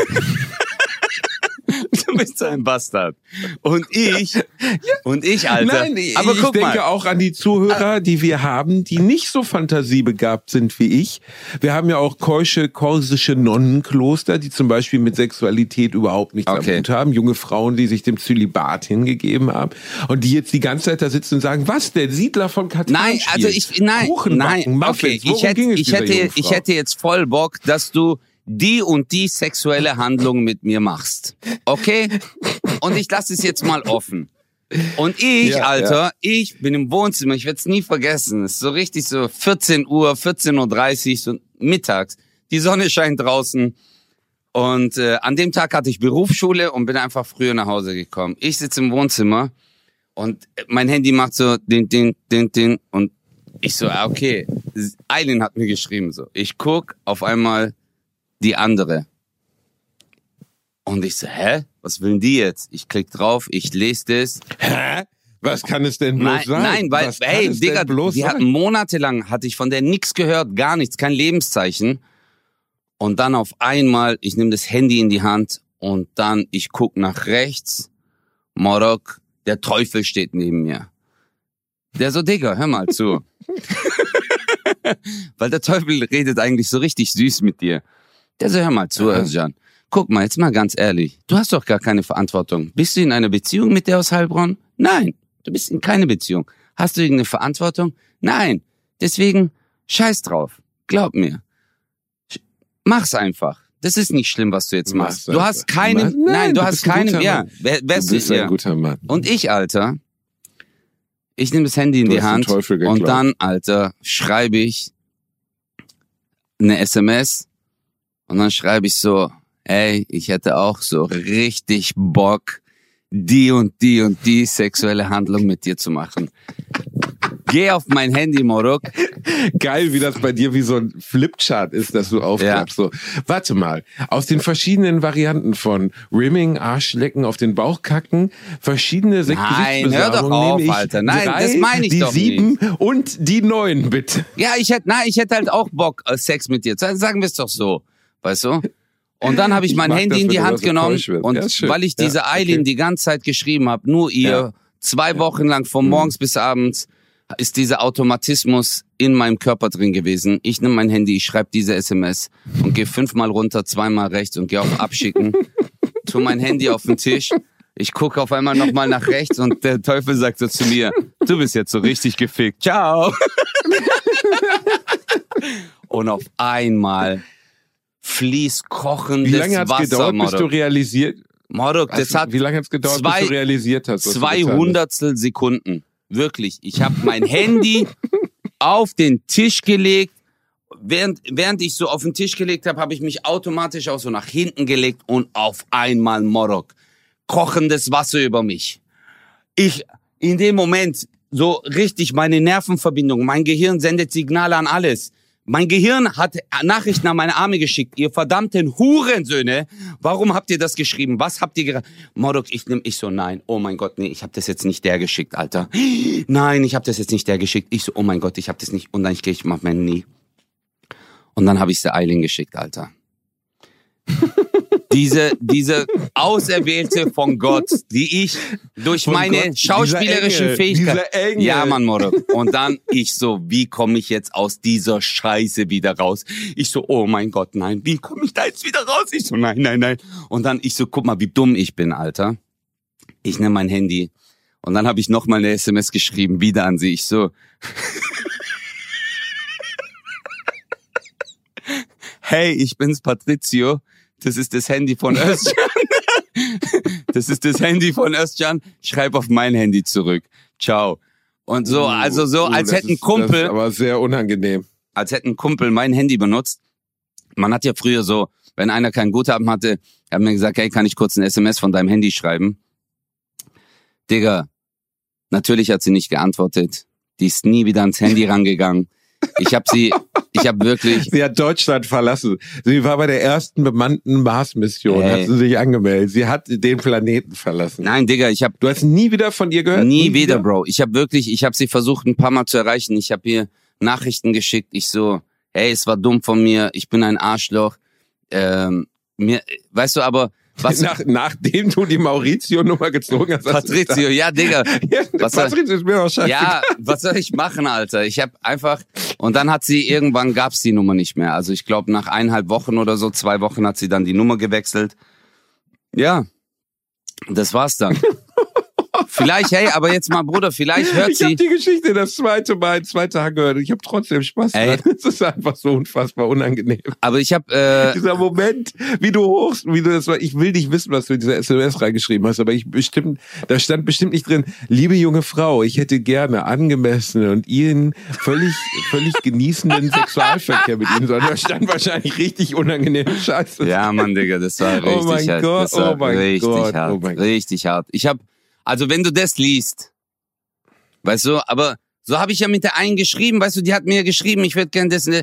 du bist so ein Bastard. Und ich, und ich, Alter. Nein, ich, aber ich guck denke mal. auch an die Zuhörer, die wir haben, die nicht so fantasiebegabt sind wie ich. Wir haben ja auch keusche, korsische Nonnenkloster, die zum Beispiel mit Sexualität überhaupt nichts Okay. am Hut haben. Junge Frauen, die sich dem Zölibat hingegeben haben und die jetzt die ganze Zeit da sitzen und sagen, was, der Siedler von Katan Nein, spielt? also ich, nein, Kuchen nein, backen, Muffins. okay, Worum ich hätte, ging es ich dieser hätte, jungen ich Frau? hätte jetzt voll Bock, dass du die und die sexuelle Handlung mit mir machst. Okay? Und ich lasse es jetzt mal offen. Und ich, Ja, Alter, ja. ich bin im Wohnzimmer, ich werde es nie vergessen. Es ist so richtig so vierzehn Uhr, vierzehn Uhr dreißig, so mittags. Die Sonne scheint draußen. Und äh, an dem Tag hatte ich Berufsschule und bin einfach früher nach Hause gekommen. Ich sitze im Wohnzimmer und mein Handy macht so den, den, den, den und ich so, ah, okay. Eileen hat mir geschrieben so. Ich guck auf einmal die andere. Und ich so, hä? Was will denn die jetzt? Ich klick drauf, ich lese das. Hä? Was kann es denn bloß Nein, sein? nein, weil, Was kann hey, es Digga, denn bloß die hatten sein? monatelang, hatte ich von der nichts gehört, gar nichts, kein Lebenszeichen. Und dann auf einmal, ich nehme das Handy in die Hand und dann, ich guck nach rechts, Morok, der Teufel steht neben mir. Der so, Digga, hör mal zu. Weil der Teufel redet eigentlich so richtig süß mit dir. Der so, hör mal zu, Özcan. Guck mal, jetzt mal ganz ehrlich. Du hast doch gar keine Verantwortung. Bist du in einer Beziehung mit der aus Heilbronn? Nein, du bist in keine Beziehung. Hast du irgendeine Verantwortung? Nein. Deswegen, scheiß drauf. Glaub mir. Sch- Mach's einfach. Das ist nicht schlimm, was du jetzt machst. Mach's Du einfach. hast keine, Nein, nein, du du hast bist ein keine, guter ja, Mann. wer, wer Du ist bist ja. ein guter Mann. Und ich, Alter, ich nehme das Handy in Du die hast dem Hand Teufel geglaubt. und dann, Alter, schreibe ich eine S M S und dann schreibe ich so, ey, ich hätte auch so richtig Bock, die und die und die sexuelle Handlung mit dir zu machen. Geh auf mein Handy, Morok. Geil, wie das bei dir wie so ein Flipchart ist, dass du aufklappst. So, warte mal, aus den verschiedenen Varianten von Rimming, Arschlecken, auf den Bauch kacken, verschiedene Sek- Nein, hör doch Gesichtsbesamungen auf, nehme ich Alter. Nein, drei, das meine ich die doch sieben und die neun, bitte. Ja, ich hätte, na, ich hätte halt auch Bock, äh, Sex mit dir zu haben. Sagen wir es doch so. weißt du? Und dann habe ich, ich mein Handy das, in die Hand genommen und ja, weil ich diese ja, Eileen okay. die ganze Zeit geschrieben habe, nur ihr, ja. zwei ja. Wochen lang von morgens mhm. bis abends, ist dieser Automatismus in meinem Körper drin gewesen. Ich nehme mein Handy, ich schreibe diese S M S und gehe fünfmal runter, zweimal rechts und gehe auf Abschicken, tu mein Handy auf den Tisch, ich gucke auf einmal nochmal nach rechts und der Teufel sagt so zu mir, du bist jetzt so richtig gefickt, ciao. Und auf einmal fließt kochendes Wasser. Wie lange hat es gedauert, Modok. bis du realisiert Modok, das also, hat Wie lange hat es gedauert, zwei, bis du realisiert hast? Zwei Hundertstel Sekunden. Wirklich. Ich habe mein Handy auf den Tisch gelegt. Während, während ich so auf den Tisch gelegt habe, habe ich mich automatisch auch so nach hinten gelegt und auf einmal Modok. Kochendes Wasser über mich. Ich, in dem Moment, so richtig meine Nervenverbindung, mein Gehirn sendet Signale an alles. Mein Gehirn hat Nachrichten an meine Arme geschickt. Ihr verdammten Hurensöhne. Warum habt ihr das geschrieben? Was habt ihr gerade? Modok, ich nehm, ich so, nein. Oh mein Gott, nee, ich hab das jetzt nicht der geschickt, Alter. Nein, ich hab das jetzt nicht der geschickt. Ich so, oh mein Gott, ich hab das nicht. Und dann ich gehe ich mach mein Handy. Und dann habe ich der Eileen geschickt, Alter. Diese, diese Auserwählte von Gott, die ich durch von meine Gott, schauspielerischen Fähigkeiten... Ja, Mann, Modok. Und dann ich so, wie komme ich jetzt aus dieser Scheiße wieder raus? Ich so, oh mein Gott, nein, wie komme ich da jetzt wieder raus? Ich so, nein, nein, nein. Und dann ich so, guck mal, wie dumm ich bin, Alter. Ich nehme mein Handy und dann habe ich nochmal eine S M S geschrieben, wieder an sie. Ich so... Hey, ich bin's, Patrizio. Das ist das Handy von Özcan. Das ist das Handy von Özcan. Schreib auf mein Handy zurück. Ciao. Und so, also so, als hätte ein Kumpel... Das ist aber sehr unangenehm. Als hätte ein Kumpel mein Handy benutzt. Man hat ja früher so, wenn einer kein Guthaben hatte, hat mir gesagt, hey, kann ich kurz ein S M S von deinem Handy schreiben? Digga, natürlich hat sie nicht geantwortet. Die ist nie wieder ans Handy rangegangen. Ich habe sie, ich habe wirklich... Sie hat Deutschland verlassen. Sie war bei der ersten bemannten Mars-Mission, hey. Hat sie sich angemeldet. Sie hat den Planeten verlassen. Nein, Digga, ich habe... Du hast nie wieder von ihr gehört? Nie, nie wieder, wieder, Bro. Ich habe wirklich, ich habe sie versucht ein paar Mal zu erreichen. Ich habe ihr Nachrichten geschickt. Ich so, hey, es war dumm von mir. Ich bin ein Arschloch. Ähm, mir, weißt du, aber... Was? Nach, nachdem du die Maurizio-Nummer gezogen hast. Patrizio, ja, Digga. Ja, was Patrizio ist mir auch scheiße. Ja, was soll ich machen, Alter? Ich hab einfach, und dann hat sie, irgendwann gab's die Nummer nicht mehr. Also ich glaube, nach eineinhalb Wochen oder so, zwei Wochen hat sie dann die Nummer gewechselt. Ja, das war's dann. Vielleicht, hey, aber jetzt mal, Bruder, vielleicht hört ich sie... Ich habe die Geschichte das zweite Mal in zwei Tagen gehört und ich habe trotzdem Spaß dran. Es ist einfach so unfassbar unangenehm. Aber ich habe... Äh, Dieser Moment, wie du hochst, wie du das war, ich will nicht wissen, was du in dieser S M S reingeschrieben hast, aber ich bestimmt, da stand bestimmt nicht drin, liebe junge Frau, ich hätte gerne angemessenen und Ihren völlig, völlig genießenden Sexualverkehr mit Ihnen, sondern da stand wahrscheinlich richtig unangenehme Scheiße. Ja, Mann, Digga, das war richtig oh mein hart. Gott, das war oh mein richtig Gott, hart. oh mein Gott. Richtig hart. Ich habe Also wenn du das liest, weißt du, aber so habe ich ja mit der einen geschrieben, weißt du, die hat mir geschrieben, ich würde gerne das, ne,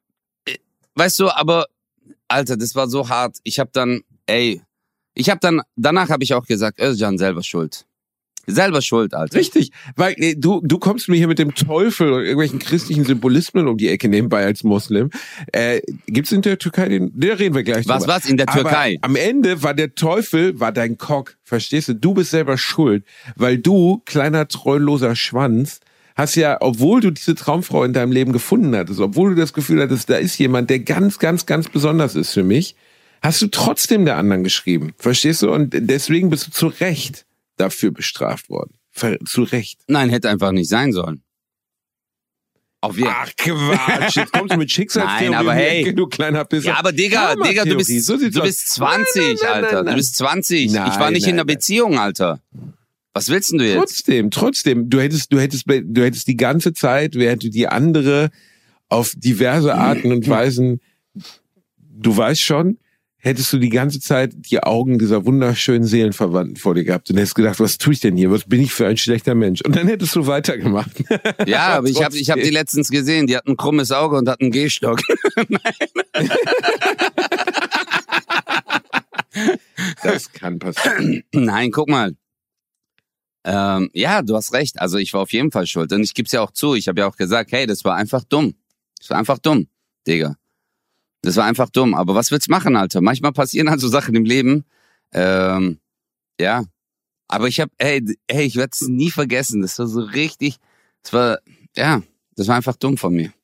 weißt du, aber, Alter, das war so hart. Ich habe dann, ey, ich habe dann, danach habe ich auch gesagt, Özcan selber schuld. Selber schuld, Alter. Richtig, weil äh, du du kommst mir hier mit dem Teufel und irgendwelchen christlichen Symbolismen um die Ecke nebenbei als Muslim. Äh, gibt's in der Türkei den? Da reden wir gleich Was drüber. was in der Türkei? Aber am Ende war der Teufel war dein Cock, verstehst du? Du bist selber schuld, weil du kleiner treuloser Schwanz hast ja, obwohl du diese Traumfrau in deinem Leben gefunden hattest, obwohl du das Gefühl hattest, da ist jemand, der ganz ganz ganz besonders ist für mich, hast du trotzdem der anderen geschrieben, verstehst du? Und deswegen bist du zu Recht dafür bestraft worden. Zu Recht. Nein, hätte einfach nicht sein sollen. Auf Ach Quatsch, jetzt kommst du mit Schicksalstheorie. Nein, aber hey. Ecke, du kleiner Pisser. Ja, aber Digga, Digga, du bist, so du bist zwanzig, nein, nein, nein, nein, Alter. nein. Du bist zwanzig. Nein, ich war nicht nein, in einer nein. Beziehung, Alter. Was willst denn du jetzt? Trotzdem, trotzdem. Du hättest, du hättest, du hättest die ganze Zeit, während du die andere auf diverse Arten und Weisen, du weißt schon, hättest du die ganze Zeit die Augen dieser wunderschönen Seelenverwandten vor dir gehabt und hättest gedacht, was tue ich denn hier? Was bin ich für ein schlechter Mensch? Und dann hättest du weitergemacht. Ja, aber ich habe ich hab die letztens gesehen, die hat ein krummes Auge und hat einen Gehstock. Das kann passieren. Nein, guck mal. Ähm, ja, du hast recht. Also ich war auf jeden Fall schuld. Und ich gebe es ja auch zu. Ich habe ja auch gesagt, hey, das war einfach dumm. Das war einfach dumm, Digga. Das war einfach dumm. Aber was willst du machen, Alter? Manchmal passieren halt so Sachen im Leben. Ähm, ja. Aber ich hab, ey, ey, ich werde es nie vergessen. Das war so richtig, das war, ja, das war einfach dumm von mir.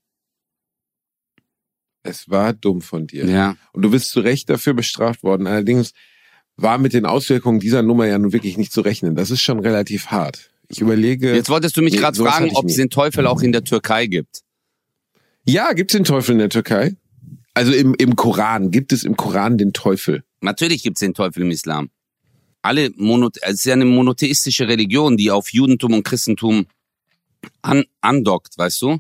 Es war dumm von dir. Ja. Und du bist zu Recht dafür bestraft worden. Allerdings war mit den Auswirkungen dieser Nummer ja nun wirklich nicht zu rechnen. Das ist schon relativ hart. Ich überlege... Jetzt wolltest du mich nee, gerade sowas fragen, hatte ich ob es nie. den Teufel auch in der Türkei gibt. Ja, gibt's den Teufel in der Türkei? Also im, im Koran, gibt es im Koran den Teufel? Natürlich gibt's den Teufel im Islam. Alle Mono, es ist ja eine monotheistische Religion, die auf Judentum und Christentum an, andockt, weißt du?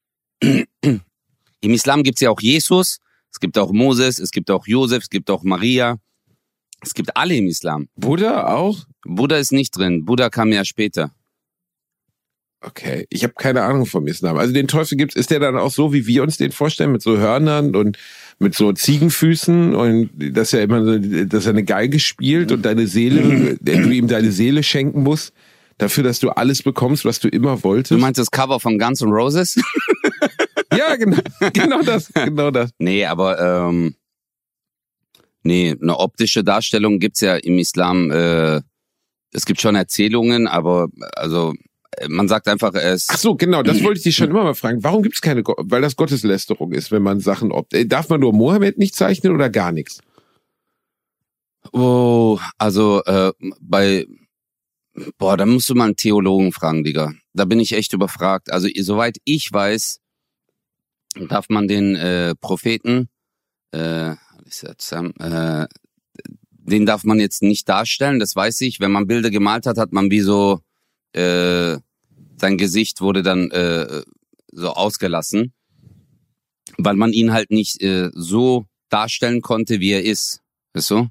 Im Islam gibt's ja auch Jesus, es gibt auch Moses, es gibt auch Josef, es gibt auch Maria. Es gibt alle im Islam. Buddha auch? Buddha ist nicht drin. Buddha kam ja später. Okay, ich habe keine Ahnung vom Islam. Also den Teufel gibt's, ist der dann auch so, wie wir uns den vorstellen, mit so Hörnern und mit so Ziegenfüßen und dass er immer so, dass er eine Geige spielt und deine Seele, du ihm deine Seele schenken musst, dafür, dass du alles bekommst, was du immer wolltest? Du meinst das Cover von Guns N' Roses? Ja, genau, genau das, genau das. Nee, aber ähm, nee, eine optische Darstellung gibt's ja im Islam. Äh, es gibt schon Erzählungen, aber also man sagt einfach, es. Ach so, genau, das wollte ich dich schon immer mal fragen. Warum gibt's keine, Go- weil das Gotteslästerung ist, wenn man Sachen opt. Äh, Darf man nur Mohammed nicht zeichnen oder gar nichts? Oh, also äh, bei, boah, da musst du mal einen Theologen fragen, Digga. Da bin ich echt überfragt. Also soweit ich weiß, darf man den äh, Propheten, äh, ist ja zusammen, äh, den darf man jetzt nicht darstellen, das weiß ich. Wenn man Bilder gemalt hat, hat man wie so, äh, sein Gesicht wurde dann äh, so ausgelassen, weil man ihn halt nicht äh, so darstellen konnte, wie er ist, weißt du?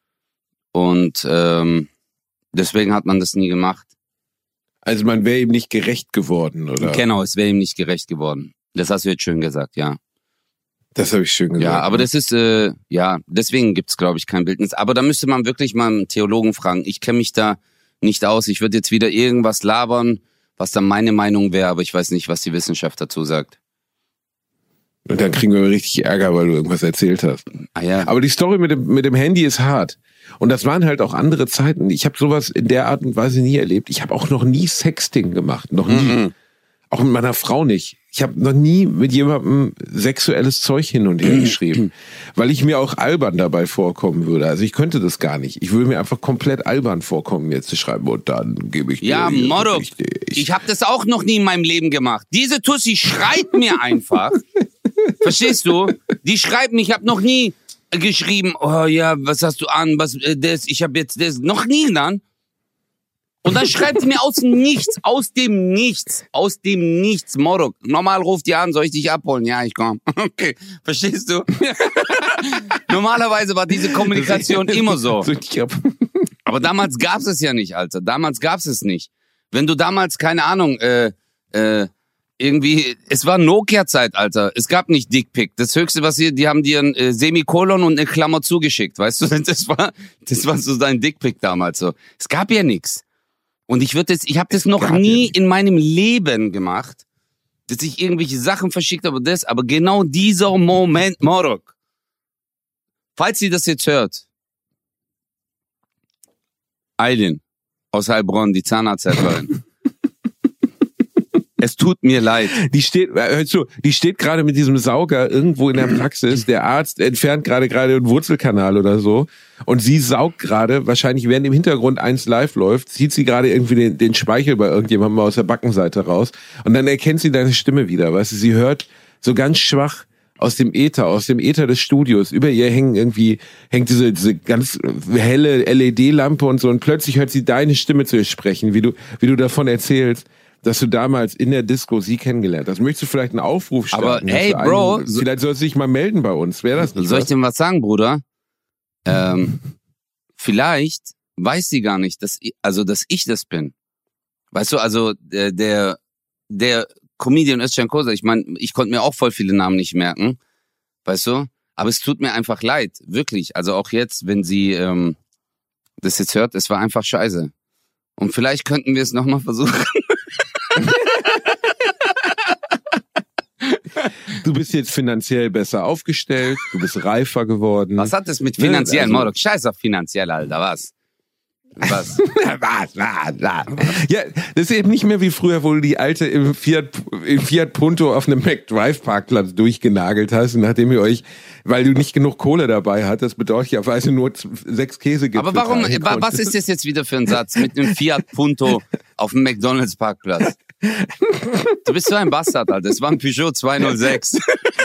Und ähm, deswegen hat man das nie gemacht. Also man wäre ihm nicht gerecht geworden, oder? Genau, es wäre ihm nicht gerecht geworden. Das hast du jetzt schön gesagt, ja. Das habe ich schön gesagt. Ja, aber das ist, äh, ja, deswegen gibt's, glaube ich, kein Bildnis. Aber da müsste man wirklich mal einen Theologen fragen. Ich kenne mich da nicht aus. Ich würde jetzt wieder irgendwas labern, was dann meine Meinung wäre, aber ich weiß nicht, was die Wissenschaft dazu sagt. Und dann kriegen wir richtig Ärger, weil du irgendwas erzählt hast. Ah ja. Aber die Story mit dem, mit dem Handy ist hart. Und das waren halt auch andere Zeiten. Ich habe sowas in der Art und Weise nie erlebt. Ich habe auch noch nie Sexting gemacht. Noch nie. Mhm. Auch mit meiner Frau nicht. Ich habe noch nie mit jemandem sexuelles Zeug hin und her geschrieben. Weil ich mir auch albern dabei vorkommen würde. Also ich könnte das gar nicht. Ich würde mir einfach komplett albern vorkommen, jetzt zu schreiben. Und dann gebe ich Ja, dir Moro, richtig. ich habe das auch noch nie in meinem Leben gemacht. Diese Tussi schreibt mir einfach. Verstehst du? Die schreibt mir, ich habe noch nie geschrieben, oh ja, was hast du an, was äh, das, ich habe jetzt das, noch nie dann. Und dann schreibt sie mir aus dem Nichts, aus dem Nichts, aus dem Nichts, Morok. Normal ruft die an, soll ich dich abholen? Ja, ich komm. Okay, verstehst du? Normalerweise war diese Kommunikation immer so. Aber damals gab's es ja nicht, Alter. Damals gab's es nicht. Wenn du damals, keine Ahnung, äh, äh, irgendwie, es war Nokia-Zeit, Alter. Es gab nicht Dickpick. Das Höchste, was sie, die haben dir ein äh, Semikolon und eine Klammer zugeschickt, weißt du? Das war, das war so dein Dickpick damals so. Es gab ja nichts. Und ich würde das, ich habe das noch nie in meinem Leben gemacht, dass ich irgendwelche Sachen verschickt habe, das, aber genau dieser Moment, Morok. Falls sie das jetzt hört, Aylin aus Heilbronn, die Zahnarzthelferin. Es tut mir leid. Die steht, hörst du, die steht gerade mit diesem Sauger irgendwo in der Praxis. Der Arzt entfernt gerade gerade einen Wurzelkanal oder so. Und sie saugt gerade, wahrscheinlich während im Hintergrund eins live läuft, zieht sie gerade irgendwie den, den Speichel bei irgendjemandem aus der Backenseite raus. Und dann erkennt sie deine Stimme wieder, weißt du. Sie hört so ganz schwach aus dem Äther, aus dem Äther des Studios. Über ihr hängen irgendwie, hängt diese, diese ganz helle L E D-Lampe und so. Und plötzlich hört sie deine Stimme zu ihr sprechen, wie du, wie du davon erzählst, dass du damals in der Disco sie kennengelernt hast. Möchtest du vielleicht einen Aufruf starten? Aber hey, einen, Bro. Vielleicht sollst du dich mal melden bei uns. Wäre das nicht Soll ich was? dir was sagen, Bruder? Ähm, vielleicht weiß sie gar nicht, dass ich, also, dass ich das bin. Weißt du, also, der, der, der Comedian Özcan Kosa, ich meine, ich konnte mir auch voll viele Namen nicht merken. Weißt du? Aber es tut mir einfach leid. Wirklich. Also auch jetzt, wenn sie, ähm, das jetzt hört, es war einfach scheiße. Und vielleicht könnten wir es nochmal versuchen. Du bist jetzt finanziell besser aufgestellt, du bist reifer geworden. Was hat das mit finanziellen Ne, also- Mordok? Scheiß auf finanziell, Alter, was? Was? was, was, was. Ja, das ist eben nicht mehr wie früher, wo du die alte im Fiat, im Fiat Punto auf einem McDrive-Parkplatz durchgenagelt hast, nachdem ihr euch, weil du nicht genug Kohle dabei hattest, bedauerlicherweise nur z- sechs Käsegipfel Aber warum, tragen wa- was konntest. ist das jetzt wieder für ein Satz mit einem Fiat Punto auf dem McDonalds-Parkplatz? Du bist so ein Bastard, Alter. Das war ein Peugeot zweihundertsechs.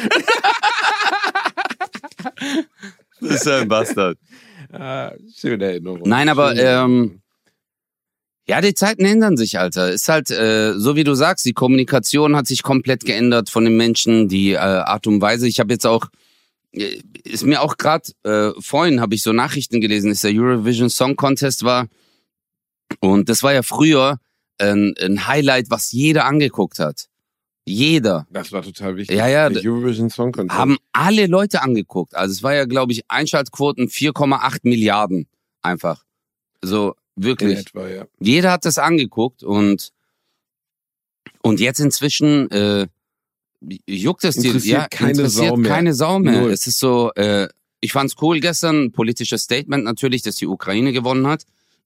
Du bist so ein Bastard. Ah, schöne Erinnerung. Nein, aber Schöne Erinnerung. ähm, ja, die Zeiten ändern sich, Alter. Ist halt, äh, so wie du sagst, die Kommunikation hat sich komplett geändert von den Menschen, die äh, Art und Weise. Ich habe jetzt auch, äh, ist mir auch gerade, äh, vorhin habe ich so Nachrichten gelesen, dass der Eurovision Song Contest war. Und das war ja früher ein, ein Highlight, was jeder angeguckt hat. Jeder. Das war total wichtig. Ja, ja, Der Eurovision Song Contest. Haben alle Leute angeguckt. Also es war ja, glaube ich, Einschaltquoten vier Komma acht Milliarden einfach. So, in wirklich. etwa, ja. Jeder hat das angeguckt und und jetzt inzwischen äh, juckt es die, Interessiert ja, keine interessiert Sau mehr. keine Sau mehr. Null. Es ist so, äh, ich fand's cool gestern, politisches Statement natürlich, dass die Ukraine gewonnen hat.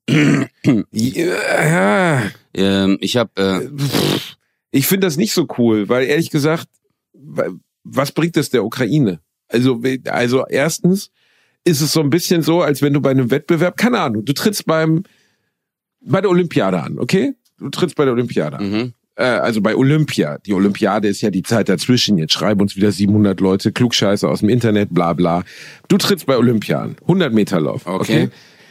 Ja. Ähm, ich habe äh, Pff, Ich finde das nicht so cool, weil ehrlich gesagt, was bringt es der Ukraine? Also, also erstens ist es so ein bisschen so, als wenn du bei einem Wettbewerb, keine Ahnung, du trittst beim bei der Olympiade an, okay? Du trittst bei der Olympiade an. mhm. Äh, also bei Olympia. Die Olympiade ist ja die Zeit dazwischen. Jetzt schreiben uns wieder siebenhundert Leute, Klugscheiße aus dem Internet, bla bla. Du trittst bei Olympia an. hundert Meter Lauf, okay? Okay.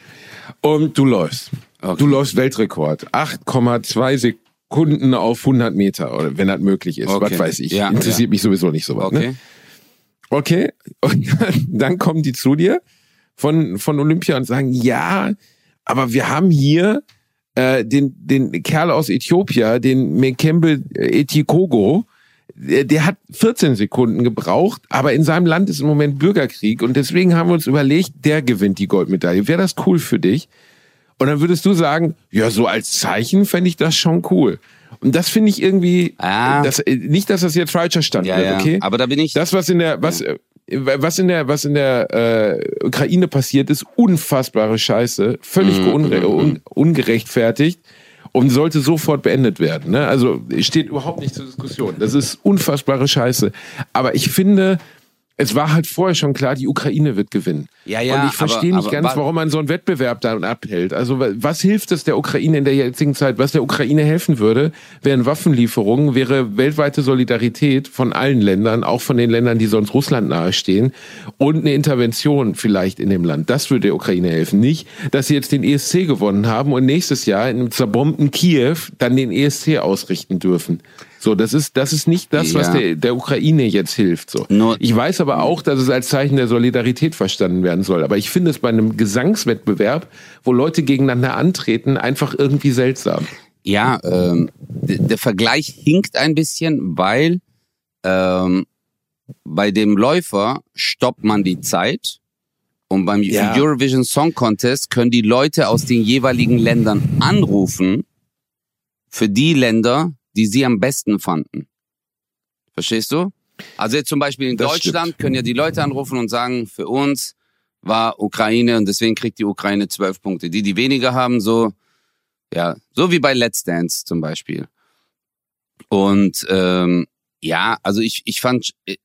Und du läufst. Okay. Du läufst Weltrekord. acht Komma zwei Sekunden auf hundert Meter, oder wenn das möglich ist. Okay. Was weiß ich. Ja, Interessiert ja. mich sowieso nicht so was. Okay. Ne? Okay. Und dann, dann kommen die zu dir von, von Olympia und sagen, ja, aber wir haben hier äh, den, den Kerl aus Äthiopien, den Mekembe Etikogo, der, der hat vierzehn Sekunden gebraucht, aber in seinem Land ist im Moment Bürgerkrieg und deswegen haben wir uns überlegt, der gewinnt die Goldmedaille. Wäre das cool für dich? Und dann würdest du sagen, ja, so als Zeichen fände ich das schon cool. Und das finde ich irgendwie, Ah. das, nicht, dass das jetzt falsch verstanden Ja, wird, ja. okay? Aber da bin ich. Das, was in der, was, äh, was in der, was in der äh, Ukraine passiert, ist unfassbare Scheiße, völlig Mhm, unre- un ungerechtfertigt und sollte sofort beendet werden. Ne? Also steht überhaupt nicht zur Diskussion. Das ist unfassbare Scheiße. Aber ich finde, es war halt vorher schon klar, die Ukraine wird gewinnen. Ja, ja, und ich verstehe aber- nicht aber ganz, wa- warum man so einen Wettbewerb dann abhält. Also was hilft es der Ukraine in der jetzigen Zeit? Was der Ukraine helfen würde, wären Waffenlieferungen, wäre weltweite Solidarität von allen Ländern, auch von den Ländern, die sonst Russland nahestehen, und eine Intervention vielleicht in dem Land. Das würde der Ukraine helfen. Nicht, dass sie jetzt den E S C gewonnen haben und nächstes Jahr in einem zerbombten Kiew dann den E S C ausrichten dürfen. So, das ist, das ist nicht das, was Ja. der, der Ukraine jetzt hilft. So. Nur- Ich weiß aber auch, dass es als Zeichen der Solidarität verstanden werden soll. Aber ich finde es bei einem Gesangswettbewerb, wo Leute gegeneinander antreten, einfach irgendwie seltsam. Ja, ähm, d- der Vergleich hinkt ein bisschen, weil ähm, bei dem Läufer stoppt man die Zeit und beim Ja. Eurovision Song Contest können die Leute aus den jeweiligen Ländern anrufen für die Länder, die sie am besten fanden. Verstehst du? Also jetzt zum Beispiel in Das Deutschland stimmt. können ja die Leute anrufen und sagen, für uns war Ukraine und deswegen kriegt die Ukraine zwölf Punkte. Die, die weniger haben, so, ja, so wie bei Let's Dance zum Beispiel. Und ähm, ja, also ich, ich fand, äh,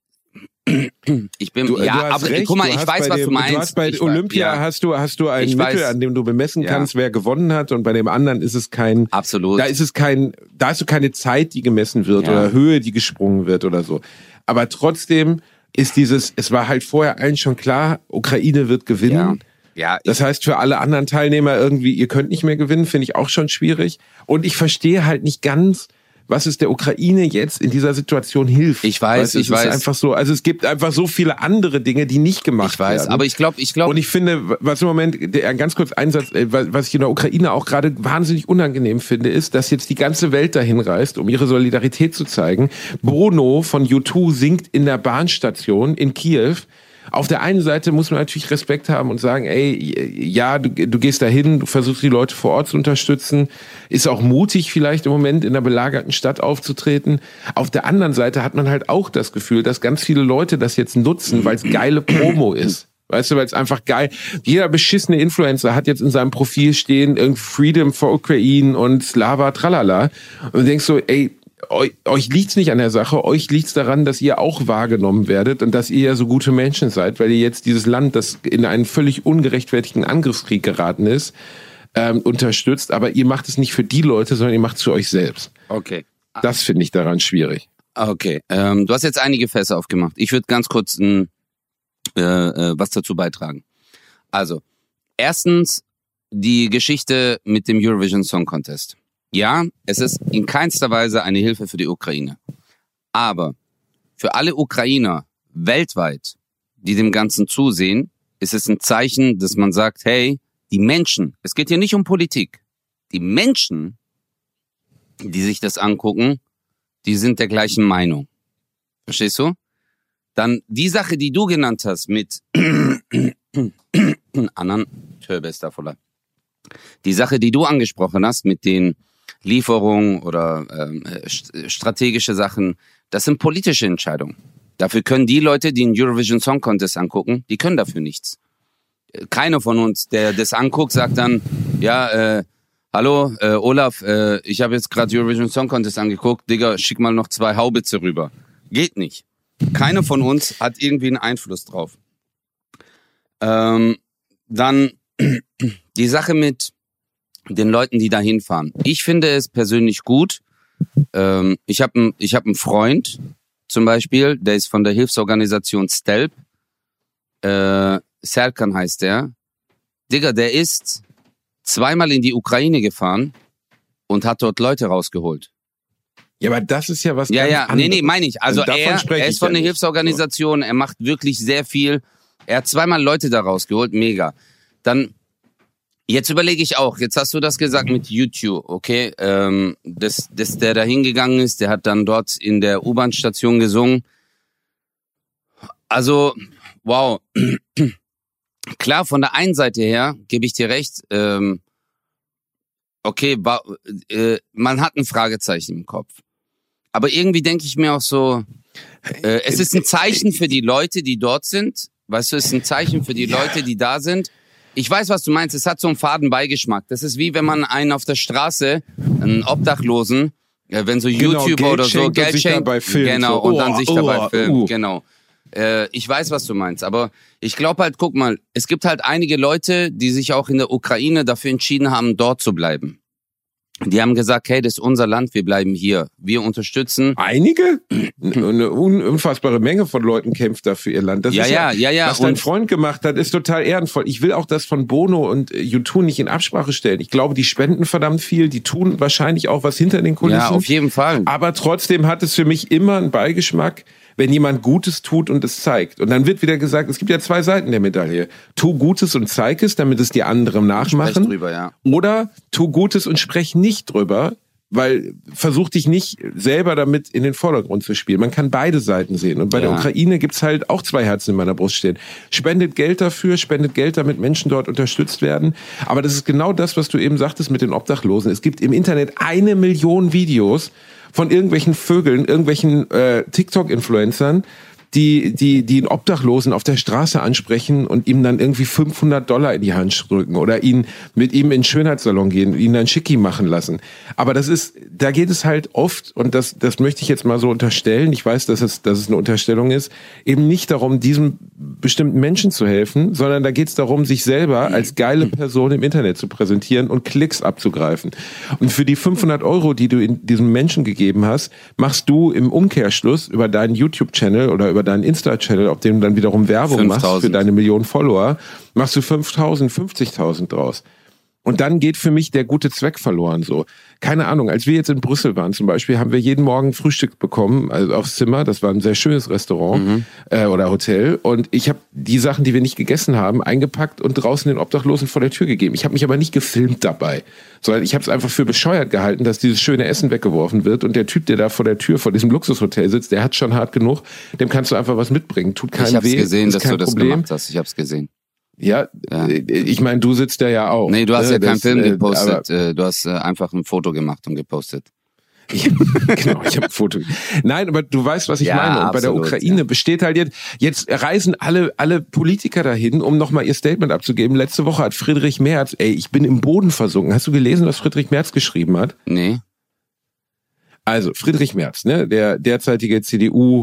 ich bin, Du, ja, du hast aber recht, guck mal, du ich hast weiß, bei was dem, du meinst. Du hast bei ich, Olympia ja, hast du hast du ein Ich Mittel, weiß. an dem du bemessen Ja. kannst, wer gewonnen hat, und bei dem anderen ist es kein, absolut. da ist es kein, da hast du keine Zeit, die gemessen wird Ja. oder Höhe, die gesprungen wird oder so. Aber trotzdem ist dieses, es war halt vorher allen schon klar, Ukraine wird gewinnen. ja, ja, Das heißt, für alle anderen Teilnehmer irgendwie, ihr könnt nicht mehr gewinnen, finde ich auch schon schwierig. Und ich verstehe halt nicht ganz, was es der Ukraine jetzt in dieser Situation hilft. Ich weiß, Weißt du, ich es ist weiß. einfach so, also es gibt einfach so viele andere Dinge, die nicht gemacht ich weiß, werden. aber ich glaube, ich glaube, Und ich finde, was im Moment, der, ganz kurz Einsatz, äh, was ich in der Ukraine auch gerade wahnsinnig unangenehm finde, ist, dass jetzt die ganze Welt dahin reist, um ihre Solidarität zu zeigen. Bono von U zwei singt in der Bahnstation in Kiew Auf der einen Seite muss man natürlich Respekt haben und sagen, ey, ja, du, du gehst dahin, du versuchst die Leute vor Ort zu unterstützen, ist auch mutig vielleicht im Moment in einer belagerten Stadt aufzutreten. Auf der anderen Seite hat man halt auch das Gefühl, dass ganz viele Leute das jetzt nutzen, weil es geile Promo ist. Weißt du, weil es einfach geil, jeder beschissene Influencer hat jetzt in seinem Profil stehen, irgendwie Freedom for Ukraine und Slava tralala. Und du denkst so, ey, euch, euch liegt's nicht an der Sache, euch liegt's daran, dass ihr auch wahrgenommen werdet und dass ihr ja so gute Menschen seid, weil ihr jetzt dieses Land, das in einen völlig ungerechtfertigten Angriffskrieg geraten ist, ähm, unterstützt. Aber ihr macht es nicht für die Leute, sondern ihr macht es für euch selbst. Okay. Das finde ich daran schwierig. Okay, ähm, du hast jetzt einige Fässer aufgemacht. Ich würde ganz kurz ein, äh, äh, was dazu beitragen. Also, erstens die Geschichte mit dem Eurovision Song Contest. Ja, es ist in keinster Weise eine Hilfe für die Ukraine. Aber für alle Ukrainer weltweit, die dem Ganzen zusehen, ist es ein Zeichen, dass man sagt, hey, die Menschen, es geht hier nicht um Politik, die Menschen, die sich das angucken, die sind der gleichen Meinung. Verstehst du? Dann die Sache, die du genannt hast mit anderen Törbes da voller. Die Sache, die du angesprochen hast mit den Lieferungen oder ähm, strategische Sachen, das sind politische Entscheidungen. Dafür können die Leute, die einen Eurovision Song Contest angucken, die können dafür nichts. Keiner von uns, der das anguckt, sagt dann, ja, äh, hallo, äh, Olaf, äh, ich habe jetzt gerade Eurovision Song Contest angeguckt, Digga, schick mal noch zwei Haubitze rüber. Geht nicht. Keiner von uns hat irgendwie einen Einfluss drauf. Ähm, dann die Sache mit den Leuten, die da hinfahren. Ich finde es persönlich gut. Ähm, ich habe ich hab einen Freund zum Beispiel, der ist von der Hilfsorganisation Stelp. Äh, Serkan heißt der. Digga, der ist zweimal in die Ukraine gefahren und hat dort Leute rausgeholt. Ja, aber das ist ja was ja, ganz ja, anderes. Nee, nee, meine ich. Also, also er, er ist von der Hilfsorganisation, er macht wirklich sehr viel. Er hat zweimal Leute da rausgeholt, mega. Dann, jetzt überlege ich auch, jetzt hast du das gesagt mit YouTube, okay, ähm, dass, dass der da hingegangen ist, der hat dann dort in der U-Bahn-Station gesungen. Also, wow. Klar, von der einen Seite her, gebe ich dir recht, ähm, okay, ba, äh, man hat ein Fragezeichen im Kopf. Aber irgendwie denke ich mir auch so, äh, es ist ein Zeichen für die Leute, die dort sind. Weißt du, es ist ein Zeichen für die Leute, die da sind. Ich weiß, was du meinst. Es hat so einen faden Beigeschmack. Das ist wie wenn man einen auf der Straße, einen Obdachlosen, äh, wenn so genau, YouTuber Geld oder so Geld sich schenkt, dabei filmt, genau, so, und oh, dann sich oh, dabei filmt, uh. genau. Äh, ich weiß, was du meinst, aber ich glaube halt, guck mal, es gibt halt einige Leute, die sich auch in der Ukraine dafür entschieden haben, dort zu bleiben. Die haben gesagt, hey, das ist unser Land, wir bleiben hier. Wir unterstützen. Einige? Eine unfassbare Menge von Leuten kämpft da für ihr Land. Das ja, ist ja, ja, ja. Was dein Freund gemacht hat, ist total ehrenvoll. Ich will auch das von Bono und U zwei nicht in Absprache stellen. Ich glaube, die spenden verdammt viel. Die tun wahrscheinlich auch was hinter den Kulissen. Ja, auf jeden Fall. Aber trotzdem hat es für mich immer einen Beigeschmack, wenn jemand Gutes tut und es zeigt. Und dann wird wieder gesagt, es gibt ja zwei Seiten der Medaille. Tu Gutes und zeig es, damit es die anderen nachmachen. Sprech drüber, ja. Oder tu Gutes und sprech nicht drüber, weil versuch dich nicht selber damit in den Vordergrund zu spielen. Man kann beide Seiten sehen. Und bei ja. der Ukraine gibt's halt auch zwei Herzen in meiner Brust stehen. Spendet Geld dafür, spendet Geld, damit Menschen dort unterstützt werden. Aber das ist genau das, was du eben sagtest mit den Obdachlosen. Es gibt im Internet eine Million Videos von irgendwelchen Vögeln, irgendwelchen äh, TikTok-Influencern, die, die, die einen Obdachlosen auf der Straße ansprechen und ihm dann irgendwie fünfhundert Dollar in die Hand drücken oder ihn mit ihm in den Schönheitssalon gehen, ihn dann schicki machen lassen. Aber das ist, da geht es halt oft, und das, das möchte ich jetzt mal so unterstellen, ich weiß, dass es, dass es eine Unterstellung ist, eben nicht darum, diesem bestimmten Menschen zu helfen, sondern da geht es darum, sich selber als geile Person im Internet zu präsentieren und Klicks abzugreifen. Und für die fünfhundert Euro, die du in diesem Menschen gegeben hast, machst du im Umkehrschluss über deinen YouTube-Channel oder über deinen Insta-Channel, auf dem du dann wiederum Werbung fünftausend machst für deine Millionen Follower, machst du fünftausend, fünfzigtausend draus. Und dann geht für mich der gute Zweck verloren, so. Keine Ahnung, als wir jetzt in Brüssel waren zum Beispiel, haben wir jeden Morgen Frühstück bekommen, also aufs Zimmer. Das war ein sehr schönes Restaurant mhm. äh, oder Hotel. Und ich habe die Sachen, die wir nicht gegessen haben, eingepackt und draußen den Obdachlosen vor der Tür gegeben. Ich habe mich aber nicht gefilmt dabei, sondern ich habe es einfach für bescheuert gehalten, dass dieses schöne Essen weggeworfen wird. Und der Typ, der da vor der Tür, vor diesem Luxushotel sitzt, der hat schon hart genug. Dem kannst du einfach was mitbringen. Tut keinem ich hab's weh. Gesehen, dass kein du das Problem. gemacht hast. Ich hab's gesehen. Ja, ja. ich meine, du sitzt da ja auch. Nee, du hast ja keinen das, Film gepostet. Äh, du hast äh, einfach ein Foto gemacht und gepostet. Ja, genau, ich habe ein Foto. Nein, aber du weißt, was ich ja, meine. Und absolut, bei der Ukraine ja. besteht halt jetzt, jetzt reisen alle alle Politiker dahin, um nochmal ihr Statement abzugeben. Letzte Woche hat Friedrich Merz, ey, ich bin im Boden versunken. Hast du gelesen, was Friedrich Merz geschrieben hat? Nee. Also, Friedrich Merz, ne, der derzeitige C D U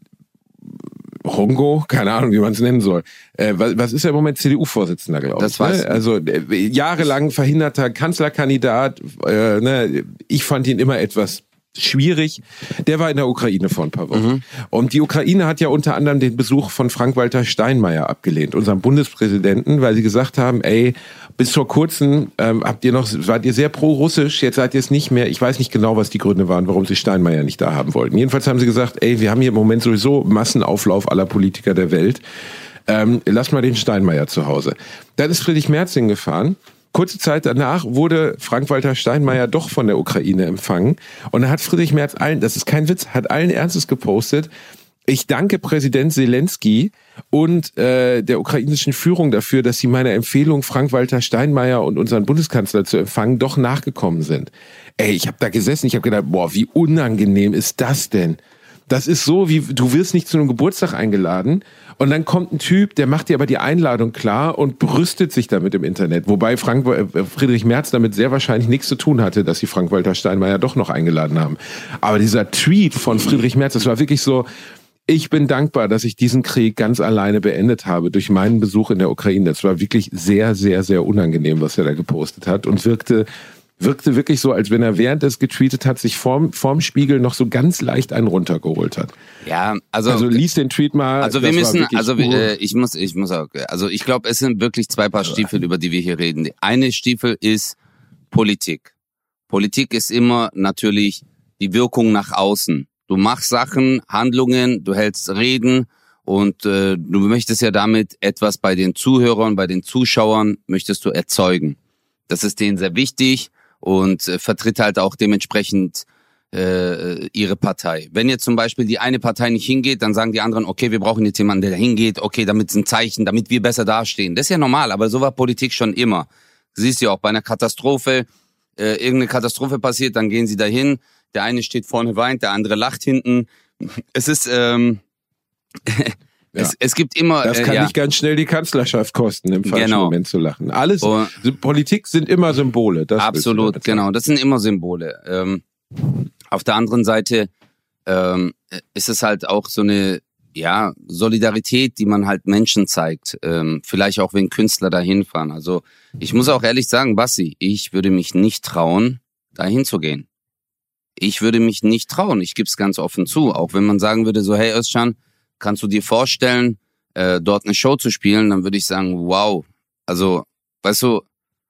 Hongo, keine Ahnung, wie man es nennen soll. Äh, was, was ist er im Moment? C D U-Vorsitzender, glaube ich. Das weiß ne? Also äh, jahrelang verhinderter Kanzlerkandidat. Äh, ne? Ich fand ihn immer etwas schwierig. Der war in der Ukraine vor ein paar Wochen. Mhm. Und die Ukraine hat ja unter anderem den Besuch von Frank-Walter Steinmeier abgelehnt, unserem Bundespräsidenten, weil sie gesagt haben, ey, bis vor kurzem ähm, habt ihr noch, wart ihr sehr pro-russisch, jetzt seid ihr es nicht mehr. Ich weiß nicht genau, was die Gründe waren, warum sie Steinmeier nicht da haben wollten. Jedenfalls haben sie gesagt, ey, wir haben hier im Moment sowieso Massenauflauf aller Politiker der Welt. Ähm, lass mal den Steinmeier zu Hause. Dann ist Friedrich Merz hingefahren. Kurze Zeit danach wurde Frank-Walter Steinmeier doch von der Ukraine empfangen. Und dann hat Friedrich Merz allen, das ist kein Witz, hat allen Ernstes gepostet, ich danke Präsident Zelensky und äh, der ukrainischen Führung dafür, dass sie meiner Empfehlung, Frank-Walter Steinmeier und unseren Bundeskanzler zu empfangen, doch nachgekommen sind. Ey, ich habe da gesessen, ich habe gedacht, boah, wie unangenehm ist das denn? Das ist so, wie du wirst nicht zu einem Geburtstag eingeladen und dann kommt ein Typ, der macht dir aber die Einladung klar und brüstet sich damit im Internet. Wobei Frank, äh, Friedrich Merz damit sehr wahrscheinlich nichts zu tun hatte, dass sie Frank-Walter Steinmeier doch noch eingeladen haben. Aber dieser Tweet von Friedrich Merz, das war wirklich so, ich bin dankbar, dass ich diesen Krieg ganz alleine beendet habe durch meinen Besuch in der Ukraine. Das war wirklich sehr, sehr, sehr unangenehm, was er da gepostet hat und wirkte wirkte wirklich so, als wenn er während es getweetet hat, sich vorm, vorm Spiegel noch so ganz leicht einen runtergeholt hat. Ja, also. Also lies den Tweet mal. Also wir müssen, also äh, ich muss, ich muss auch, also ich glaube, es sind wirklich zwei Paar Stiefel, über die wir hier reden. Die eine Stiefel ist Politik. Politik ist immer natürlich die Wirkung nach außen. Du machst Sachen, Handlungen, du hältst Reden und äh, du möchtest ja damit etwas bei den Zuhörern, bei den Zuschauern, möchtest du erzeugen. Das ist denen sehr wichtig. Und äh, vertritt halt auch dementsprechend äh, ihre Partei. Wenn jetzt zum Beispiel die eine Partei nicht hingeht, dann sagen die anderen, okay, wir brauchen jetzt jemanden, der da hingeht, okay, damit ist ein Zeichen, damit wir besser dastehen. Das ist ja normal, aber so war Politik schon immer. Du siehst ja auch bei einer Katastrophe, äh, irgendeine Katastrophe passiert, dann gehen sie dahin, der eine steht vorne, weint, der andere lacht hinten. Es ist... Ähm, Ja. Es, es gibt immer... Das kann äh, ja. nicht ganz schnell die Kanzlerschaft kosten, im falschen genau. Moment zu lachen. Alles, oh. Politik sind immer Symbole. Das Absolut, genau. Das sind immer Symbole. Ähm, auf der anderen Seite ähm, ist es halt auch so eine ja Solidarität, die man halt Menschen zeigt. Ähm, vielleicht auch, wenn Künstler da hinfahren. Also ich muss auch ehrlich sagen, Bassi, ich würde mich nicht trauen, da hinzugehen. Ich würde mich nicht trauen. Ich gebe es ganz offen zu. Auch wenn man sagen würde, so, hey Özcan, kannst du dir vorstellen, äh, dort eine Show zu spielen, dann würde ich sagen, wow. Also, weißt du,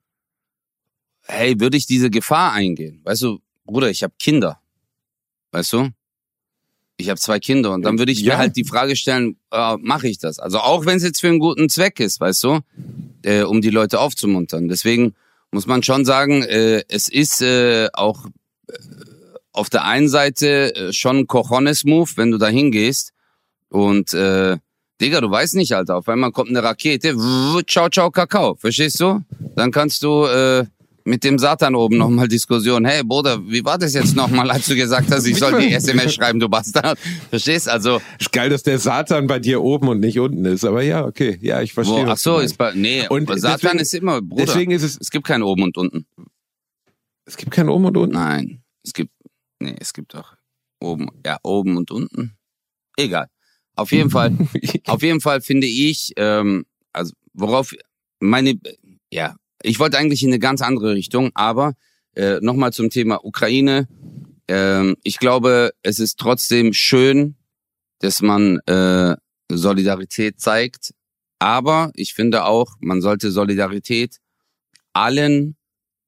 hey, würde ich diese Gefahr eingehen? Weißt du, Bruder, ich habe Kinder. Weißt du? Ich habe zwei Kinder und dann würde ich ja. mir halt die Frage stellen, äh, mache ich das? Also auch wenn es jetzt für einen guten Zweck ist, weißt du, äh, um die Leute aufzumuntern. Deswegen muss man schon sagen, äh, es ist äh, auch äh, auf der einen Seite äh, schon ein Cojones-Move, wenn du da hingehst. Und, äh, Digga, du weißt nicht, Alter, auf einmal kommt eine Rakete, ciao, ciao, Kakao, verstehst du? Dann kannst du äh, mit dem Satan oben nochmal Diskussion, hey, Bruder, wie war das jetzt nochmal, als du gesagt hast, ich soll die S M S schreiben, du Bastard, verstehst? Also... Ist geil, dass der Satan bei dir oben und nicht unten ist, aber ja, okay, ja, ich verstehe. Wo, ach so, ist bei, nee, und Satan deswegen, ist immer, Bruder, deswegen ist es, es gibt kein oben und unten. Es gibt kein oben und unten? Nein, es gibt, nee, es gibt auch oben, ja, oben und unten, egal. Auf jeden Fall, auf jeden Fall finde ich, ähm, also worauf meine, ja, ich wollte eigentlich in eine ganz andere Richtung, aber äh, nochmal zum Thema Ukraine. Ähm, ich glaube, es ist trotzdem schön, dass man äh, Solidarität zeigt, aber ich finde auch, man sollte Solidarität allen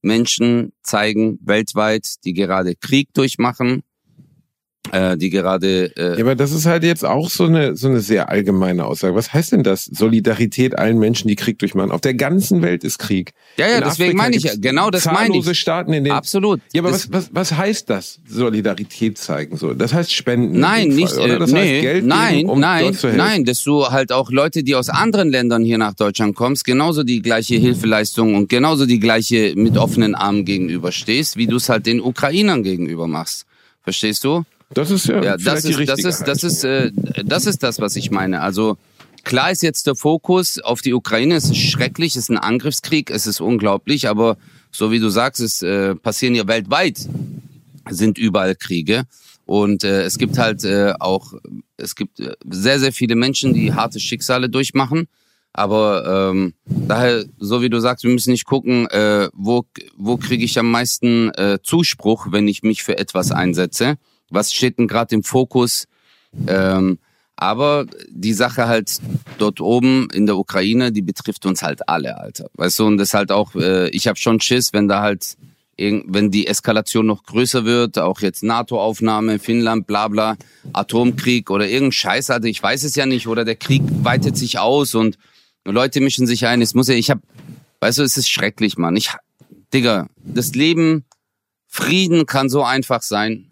Menschen zeigen weltweit, die gerade Krieg durchmachen, äh, die gerade... Äh ja, aber das ist halt jetzt auch so eine so eine sehr allgemeine Aussage. Was heißt denn das? Solidarität allen Menschen, die Krieg durchmachen. Auf der ganzen Welt ist Krieg. Ja, ja, in deswegen Afrika meine ich ja, genau das meine ich. Zahllose Staaten in den... Absolut. Ja, aber das was, was, was heißt das, Solidarität zeigen? So, das heißt Spenden? Nein, in dem nicht, Fall, oder? Das äh, heißt nee, Geld nein, geben, um nein, dort zu helfen. nein, dass du halt auch Leute, die aus anderen Ländern hier nach Deutschland kommst, genauso die gleiche Hilfeleistung und genauso die gleiche mit offenen Armen gegenüberstehst, wie du es halt den Ukrainern gegenüber machst. Verstehst du? Das ist ja, Ja, vielleicht das die ist, richtige das ist, das ist, Haltung. äh, das ist das, was ich meine. Also klar ist jetzt der Fokus auf die Ukraine. Es ist schrecklich, es ist ein Angriffskrieg, es ist unglaublich, aber so wie du sagst, es äh, passieren ja weltweit, sind überall Kriege. Und äh, es gibt halt äh, auch, es gibt sehr, sehr viele Menschen, die harte Schicksale durchmachen. Aber ähm, daher, so wie du sagst, wir müssen nicht gucken, äh, wo, wo kriege ich am meisten äh, Zuspruch, wenn ich mich für etwas einsetze. Was steht denn gerade im Fokus? Ähm, aber die Sache halt dort oben in der Ukraine, die betrifft uns halt alle, Alter. Weißt du, und das halt auch, äh, ich habe schon Schiss, wenn da halt, irgend, wenn die Eskalation noch größer wird, auch jetzt NATO-Aufnahme, Finnland, bla bla, Atomkrieg oder irgendein Scheiß, Alter, ich weiß es ja nicht, oder der Krieg weitet sich aus und Leute mischen sich ein. Es muss ja, ich hab, weißt du, es ist schrecklich, Mann. Ich, Digga, das Leben, Frieden kann so einfach sein.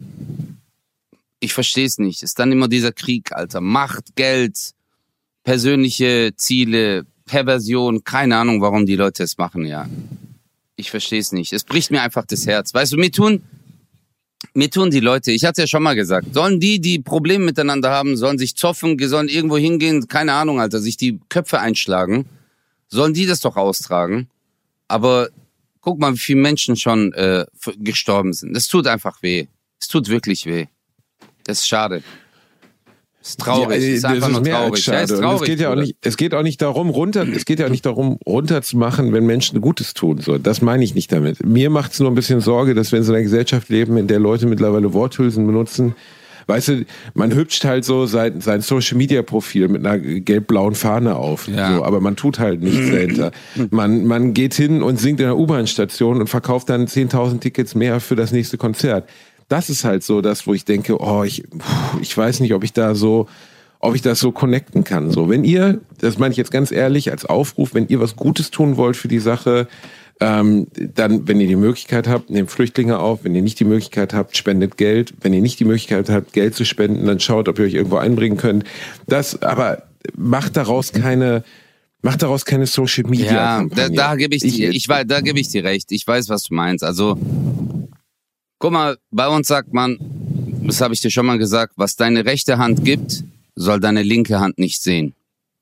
Ich verstehe es nicht. Ist dann immer dieser Krieg, Alter. Macht, Geld, persönliche Ziele, Perversion. Keine Ahnung, warum die Leute es machen, ja. Ich verstehe es nicht. Es bricht mir einfach das Herz. Weißt du, mir tun, mir tun die Leute, ich hatte ja schon mal gesagt, sollen die, die Probleme miteinander haben, sollen sich zoffen, sollen irgendwo hingehen, keine Ahnung, Alter, sich die Köpfe einschlagen. Sollen die das doch austragen. Aber guck mal, wie viele Menschen schon äh, gestorben sind. Das tut einfach weh. Es tut wirklich weh. Das ist schade. Das ist traurig. Ja, das ist einfach das ist nur mehr traurig. als schade. Ja, ist Und traurig, es geht ja auch nicht, es geht auch nicht darum, runter, es geht ja auch nicht darum, runterzumachen, wenn Menschen Gutes tun. So, das meine ich nicht damit. Mir macht es nur ein bisschen Sorge, dass wir in so einer Gesellschaft leben, in der Leute mittlerweile Worthülsen benutzen. Weißt du, man hübscht halt so sein, sein Social-Media-Profil mit einer gelb-blauen Fahne auf. Ja. So, aber man tut halt nichts dahinter. Man, man geht hin und singt in der U-Bahn-Station und verkauft dann zehntausend Tickets mehr für das nächste Konzert. Das ist halt so das, wo ich denke, oh, ich, ich weiß nicht, ob ich da so, ob ich das so connecten kann. So, wenn ihr, das meine ich jetzt ganz ehrlich als Aufruf, wenn ihr was Gutes tun wollt für die Sache, ähm, dann, wenn ihr die Möglichkeit habt, nehmt Flüchtlinge auf. Wenn ihr nicht die Möglichkeit habt, spendet Geld. Wenn ihr nicht die Möglichkeit habt, Geld zu spenden, dann schaut, ob ihr euch irgendwo einbringen könnt. Das, aber macht daraus keine, macht daraus keine Social Media. Ja, da, da gebe ich, ich, ich weiß, da gebe ich dir recht. Ich weiß, was du meinst. Also, guck mal, bei uns sagt man, das habe ich dir schon mal gesagt, was deine rechte Hand gibt, soll deine linke Hand nicht sehen.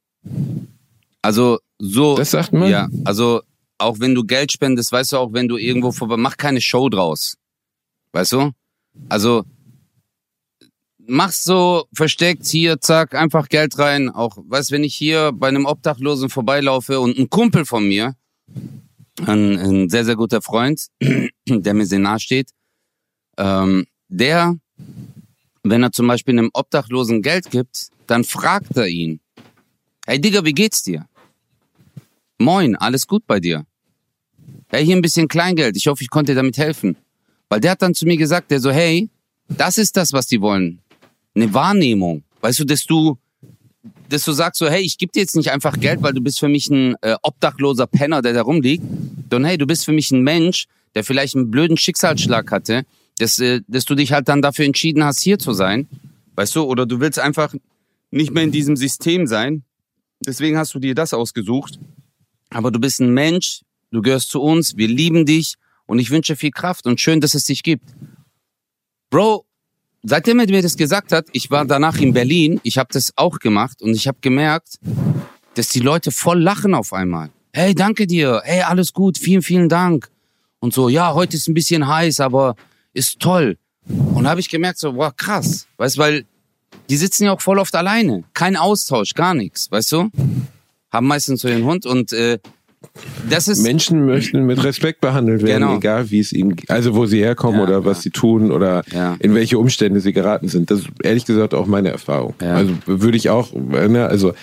Also so. Das sagt man? Ja, also auch wenn du Geld spendest, weißt du, auch wenn du irgendwo vorbei, mach keine Show draus. Weißt du? Also mach's so versteckt hier, zack, einfach Geld rein. Auch, weißt, wenn ich hier bei einem Obdachlosen vorbeilaufe und ein Kumpel von mir, ein, ein sehr, sehr guter Freund, der mir sehr nahe steht, ähm, der, wenn er zum Beispiel einem Obdachlosen Geld gibt, dann fragt er ihn, hey Digga, wie geht's dir? Moin, alles gut bei dir? Hey, hier ein bisschen Kleingeld, ich hoffe, ich konnte dir damit helfen. Weil der hat dann zu mir gesagt, der so, hey, das ist das, was die wollen. Eine Wahrnehmung. Weißt du, dass du, dass du sagst so, hey, ich gebe dir jetzt nicht einfach Geld, weil du bist für mich ein äh, obdachloser Penner, der da rumliegt, sondern hey, du bist für mich ein Mensch, der vielleicht einen blöden Schicksalsschlag hatte, dass, äh, dass du dich halt dann dafür entschieden hast, hier zu sein. Weißt du, oder du willst einfach nicht mehr in diesem System sein. Deswegen hast du dir das ausgesucht. Aber du bist ein Mensch, du gehörst zu uns, wir lieben dich und ich wünsche viel Kraft und schön, dass es dich gibt. Bro, seitdem er mir das gesagt hat, ich war danach in Berlin, ich habe das auch gemacht und ich habe gemerkt, dass die Leute voll lachen auf einmal. Hey, danke dir, hey, alles gut, vielen, vielen Dank. Und so, ja, heute ist ein bisschen heiß, aber ist toll. Und da habe ich gemerkt, so, wow, krass. Weißt du, weil die sitzen ja auch voll oft alleine. Kein Austausch, gar nichts, weißt du? Haben meistens so ihren Hund und äh, das ist... Menschen möchten mit Respekt behandelt werden, genau. Egal wie es ihnen, also wo sie herkommen Ja, oder was ja. sie tun oder Ja. in welche Umstände sie geraten sind. Das ist ehrlich gesagt auch meine Erfahrung. Ja. Also würde ich auch, ne, also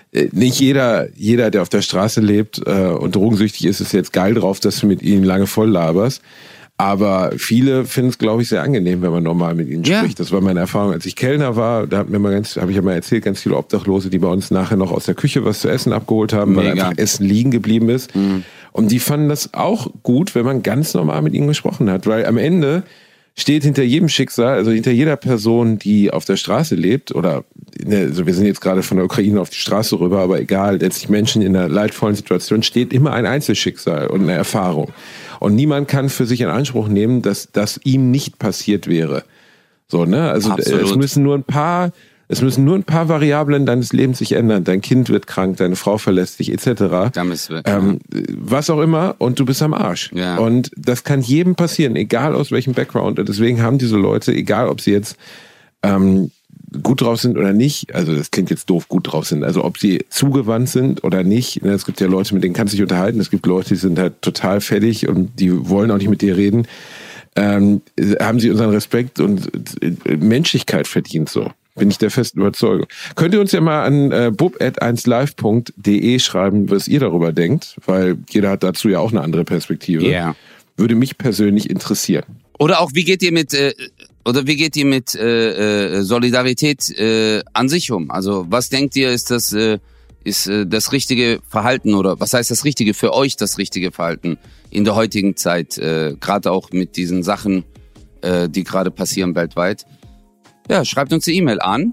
nicht jeder, jeder, der auf der Straße lebt äh, und drogensüchtig ist, ist jetzt geil drauf, dass du mit ihnen lange voll laberst. Aber viele finden es, glaube ich, sehr angenehm, wenn man normal mit ihnen ja. spricht. Das war meine Erfahrung, als ich Kellner war. Da hat mir mal ganz, habe ich ja mal erzählt, ganz viele Obdachlose, die bei uns nachher noch aus der Küche was zu essen abgeholt haben, Mega. weil einfach Essen liegen geblieben ist. Mhm. Und die fanden das auch gut, wenn man ganz normal mit ihnen gesprochen hat, weil am Ende steht hinter jedem Schicksal, also hinter jeder Person, die auf der Straße lebt, oder der, also wir sind jetzt gerade von der Ukraine auf die Straße rüber, aber egal, letztlich Menschen in einer leidvollen Situation, steht immer ein Einzelschicksal und eine Erfahrung. Und niemand kann für sich in Anspruch nehmen, dass das ihm nicht passiert wäre. So, ne? Also Absolut. es müssen nur ein paar, es müssen nur ein paar Variablen deines Lebens sich ändern. Dein Kind wird krank, deine Frau verlässt dich, et cetera. Ähm, was auch immer, und du bist am Arsch. Ja. Und das kann jedem passieren, egal aus welchem Background. Und deswegen haben diese Leute, egal ob sie jetzt ähm, gut drauf sind oder nicht, also das klingt jetzt doof, gut drauf sind, also ob sie zugewandt sind oder nicht. Es gibt ja Leute, mit denen kannst du dich unterhalten. Es gibt Leute, die sind halt total fertig und die wollen auch nicht mit dir reden. Ähm, haben sie unseren Respekt und Menschlichkeit verdient, so. Bin ich der festen Überzeugung. Könnt ihr uns ja mal an äh, bub at eins live punkt de schreiben, was ihr darüber denkt, weil jeder hat dazu ja auch eine andere Perspektive. Yeah. Würde mich persönlich interessieren. Oder auch, wie geht ihr mit äh, oder wie geht ihr mit äh, äh, Solidarität äh, an sich um? Also was denkt ihr, ist das äh, ist äh, das richtige Verhalten, oder was heißt das Richtige für euch, das richtige Verhalten in der heutigen Zeit, äh, gerade auch mit diesen Sachen, äh, die gerade passieren weltweit? Ja, schreibt uns eine E-Mail an.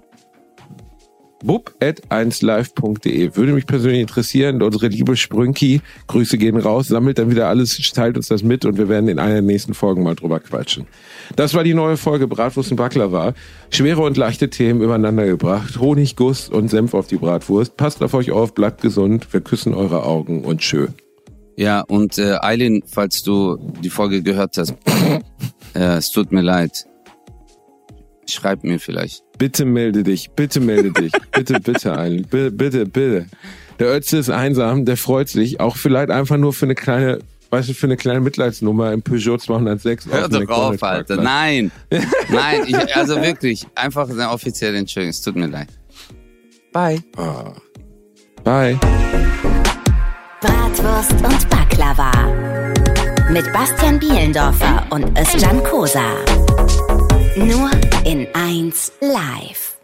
bub at eins live punkt de. Würde mich persönlich interessieren. Unsere liebe Sprünki, Grüße gehen raus, sammelt dann wieder alles, teilt uns das mit und wir werden in einer der nächsten Folgen mal drüber quatschen. Das war die neue Folge Bratwurst und Baklava. Schwere und leichte Themen übereinander gebracht. Honigguss und Senf auf die Bratwurst. Passt auf euch auf, bleibt gesund. Wir küssen eure Augen und tschö. Ja, und äh, Eileen, falls du die Folge gehört hast, äh, es tut mir leid. Schreib mir vielleicht. Bitte melde dich, bitte melde dich. Bitte, bitte, Eileen. Bitte, bitte, bitte. Der Ötze ist einsam, der freut sich. Auch vielleicht einfach nur für eine kleine, weißt du, für eine kleine Mitleidsnummer im Peugeot zweihundertsechs. Hör doch auf, Alter. Nein. Nein, ich, also wirklich. Einfach eine offizielle Entschuldigung. Es tut mir leid. Bye. Oh. Bye. Bratwurst und Baklava. Mit Bastian Bielendorfer und Özcan Kosa. Nur in eins live.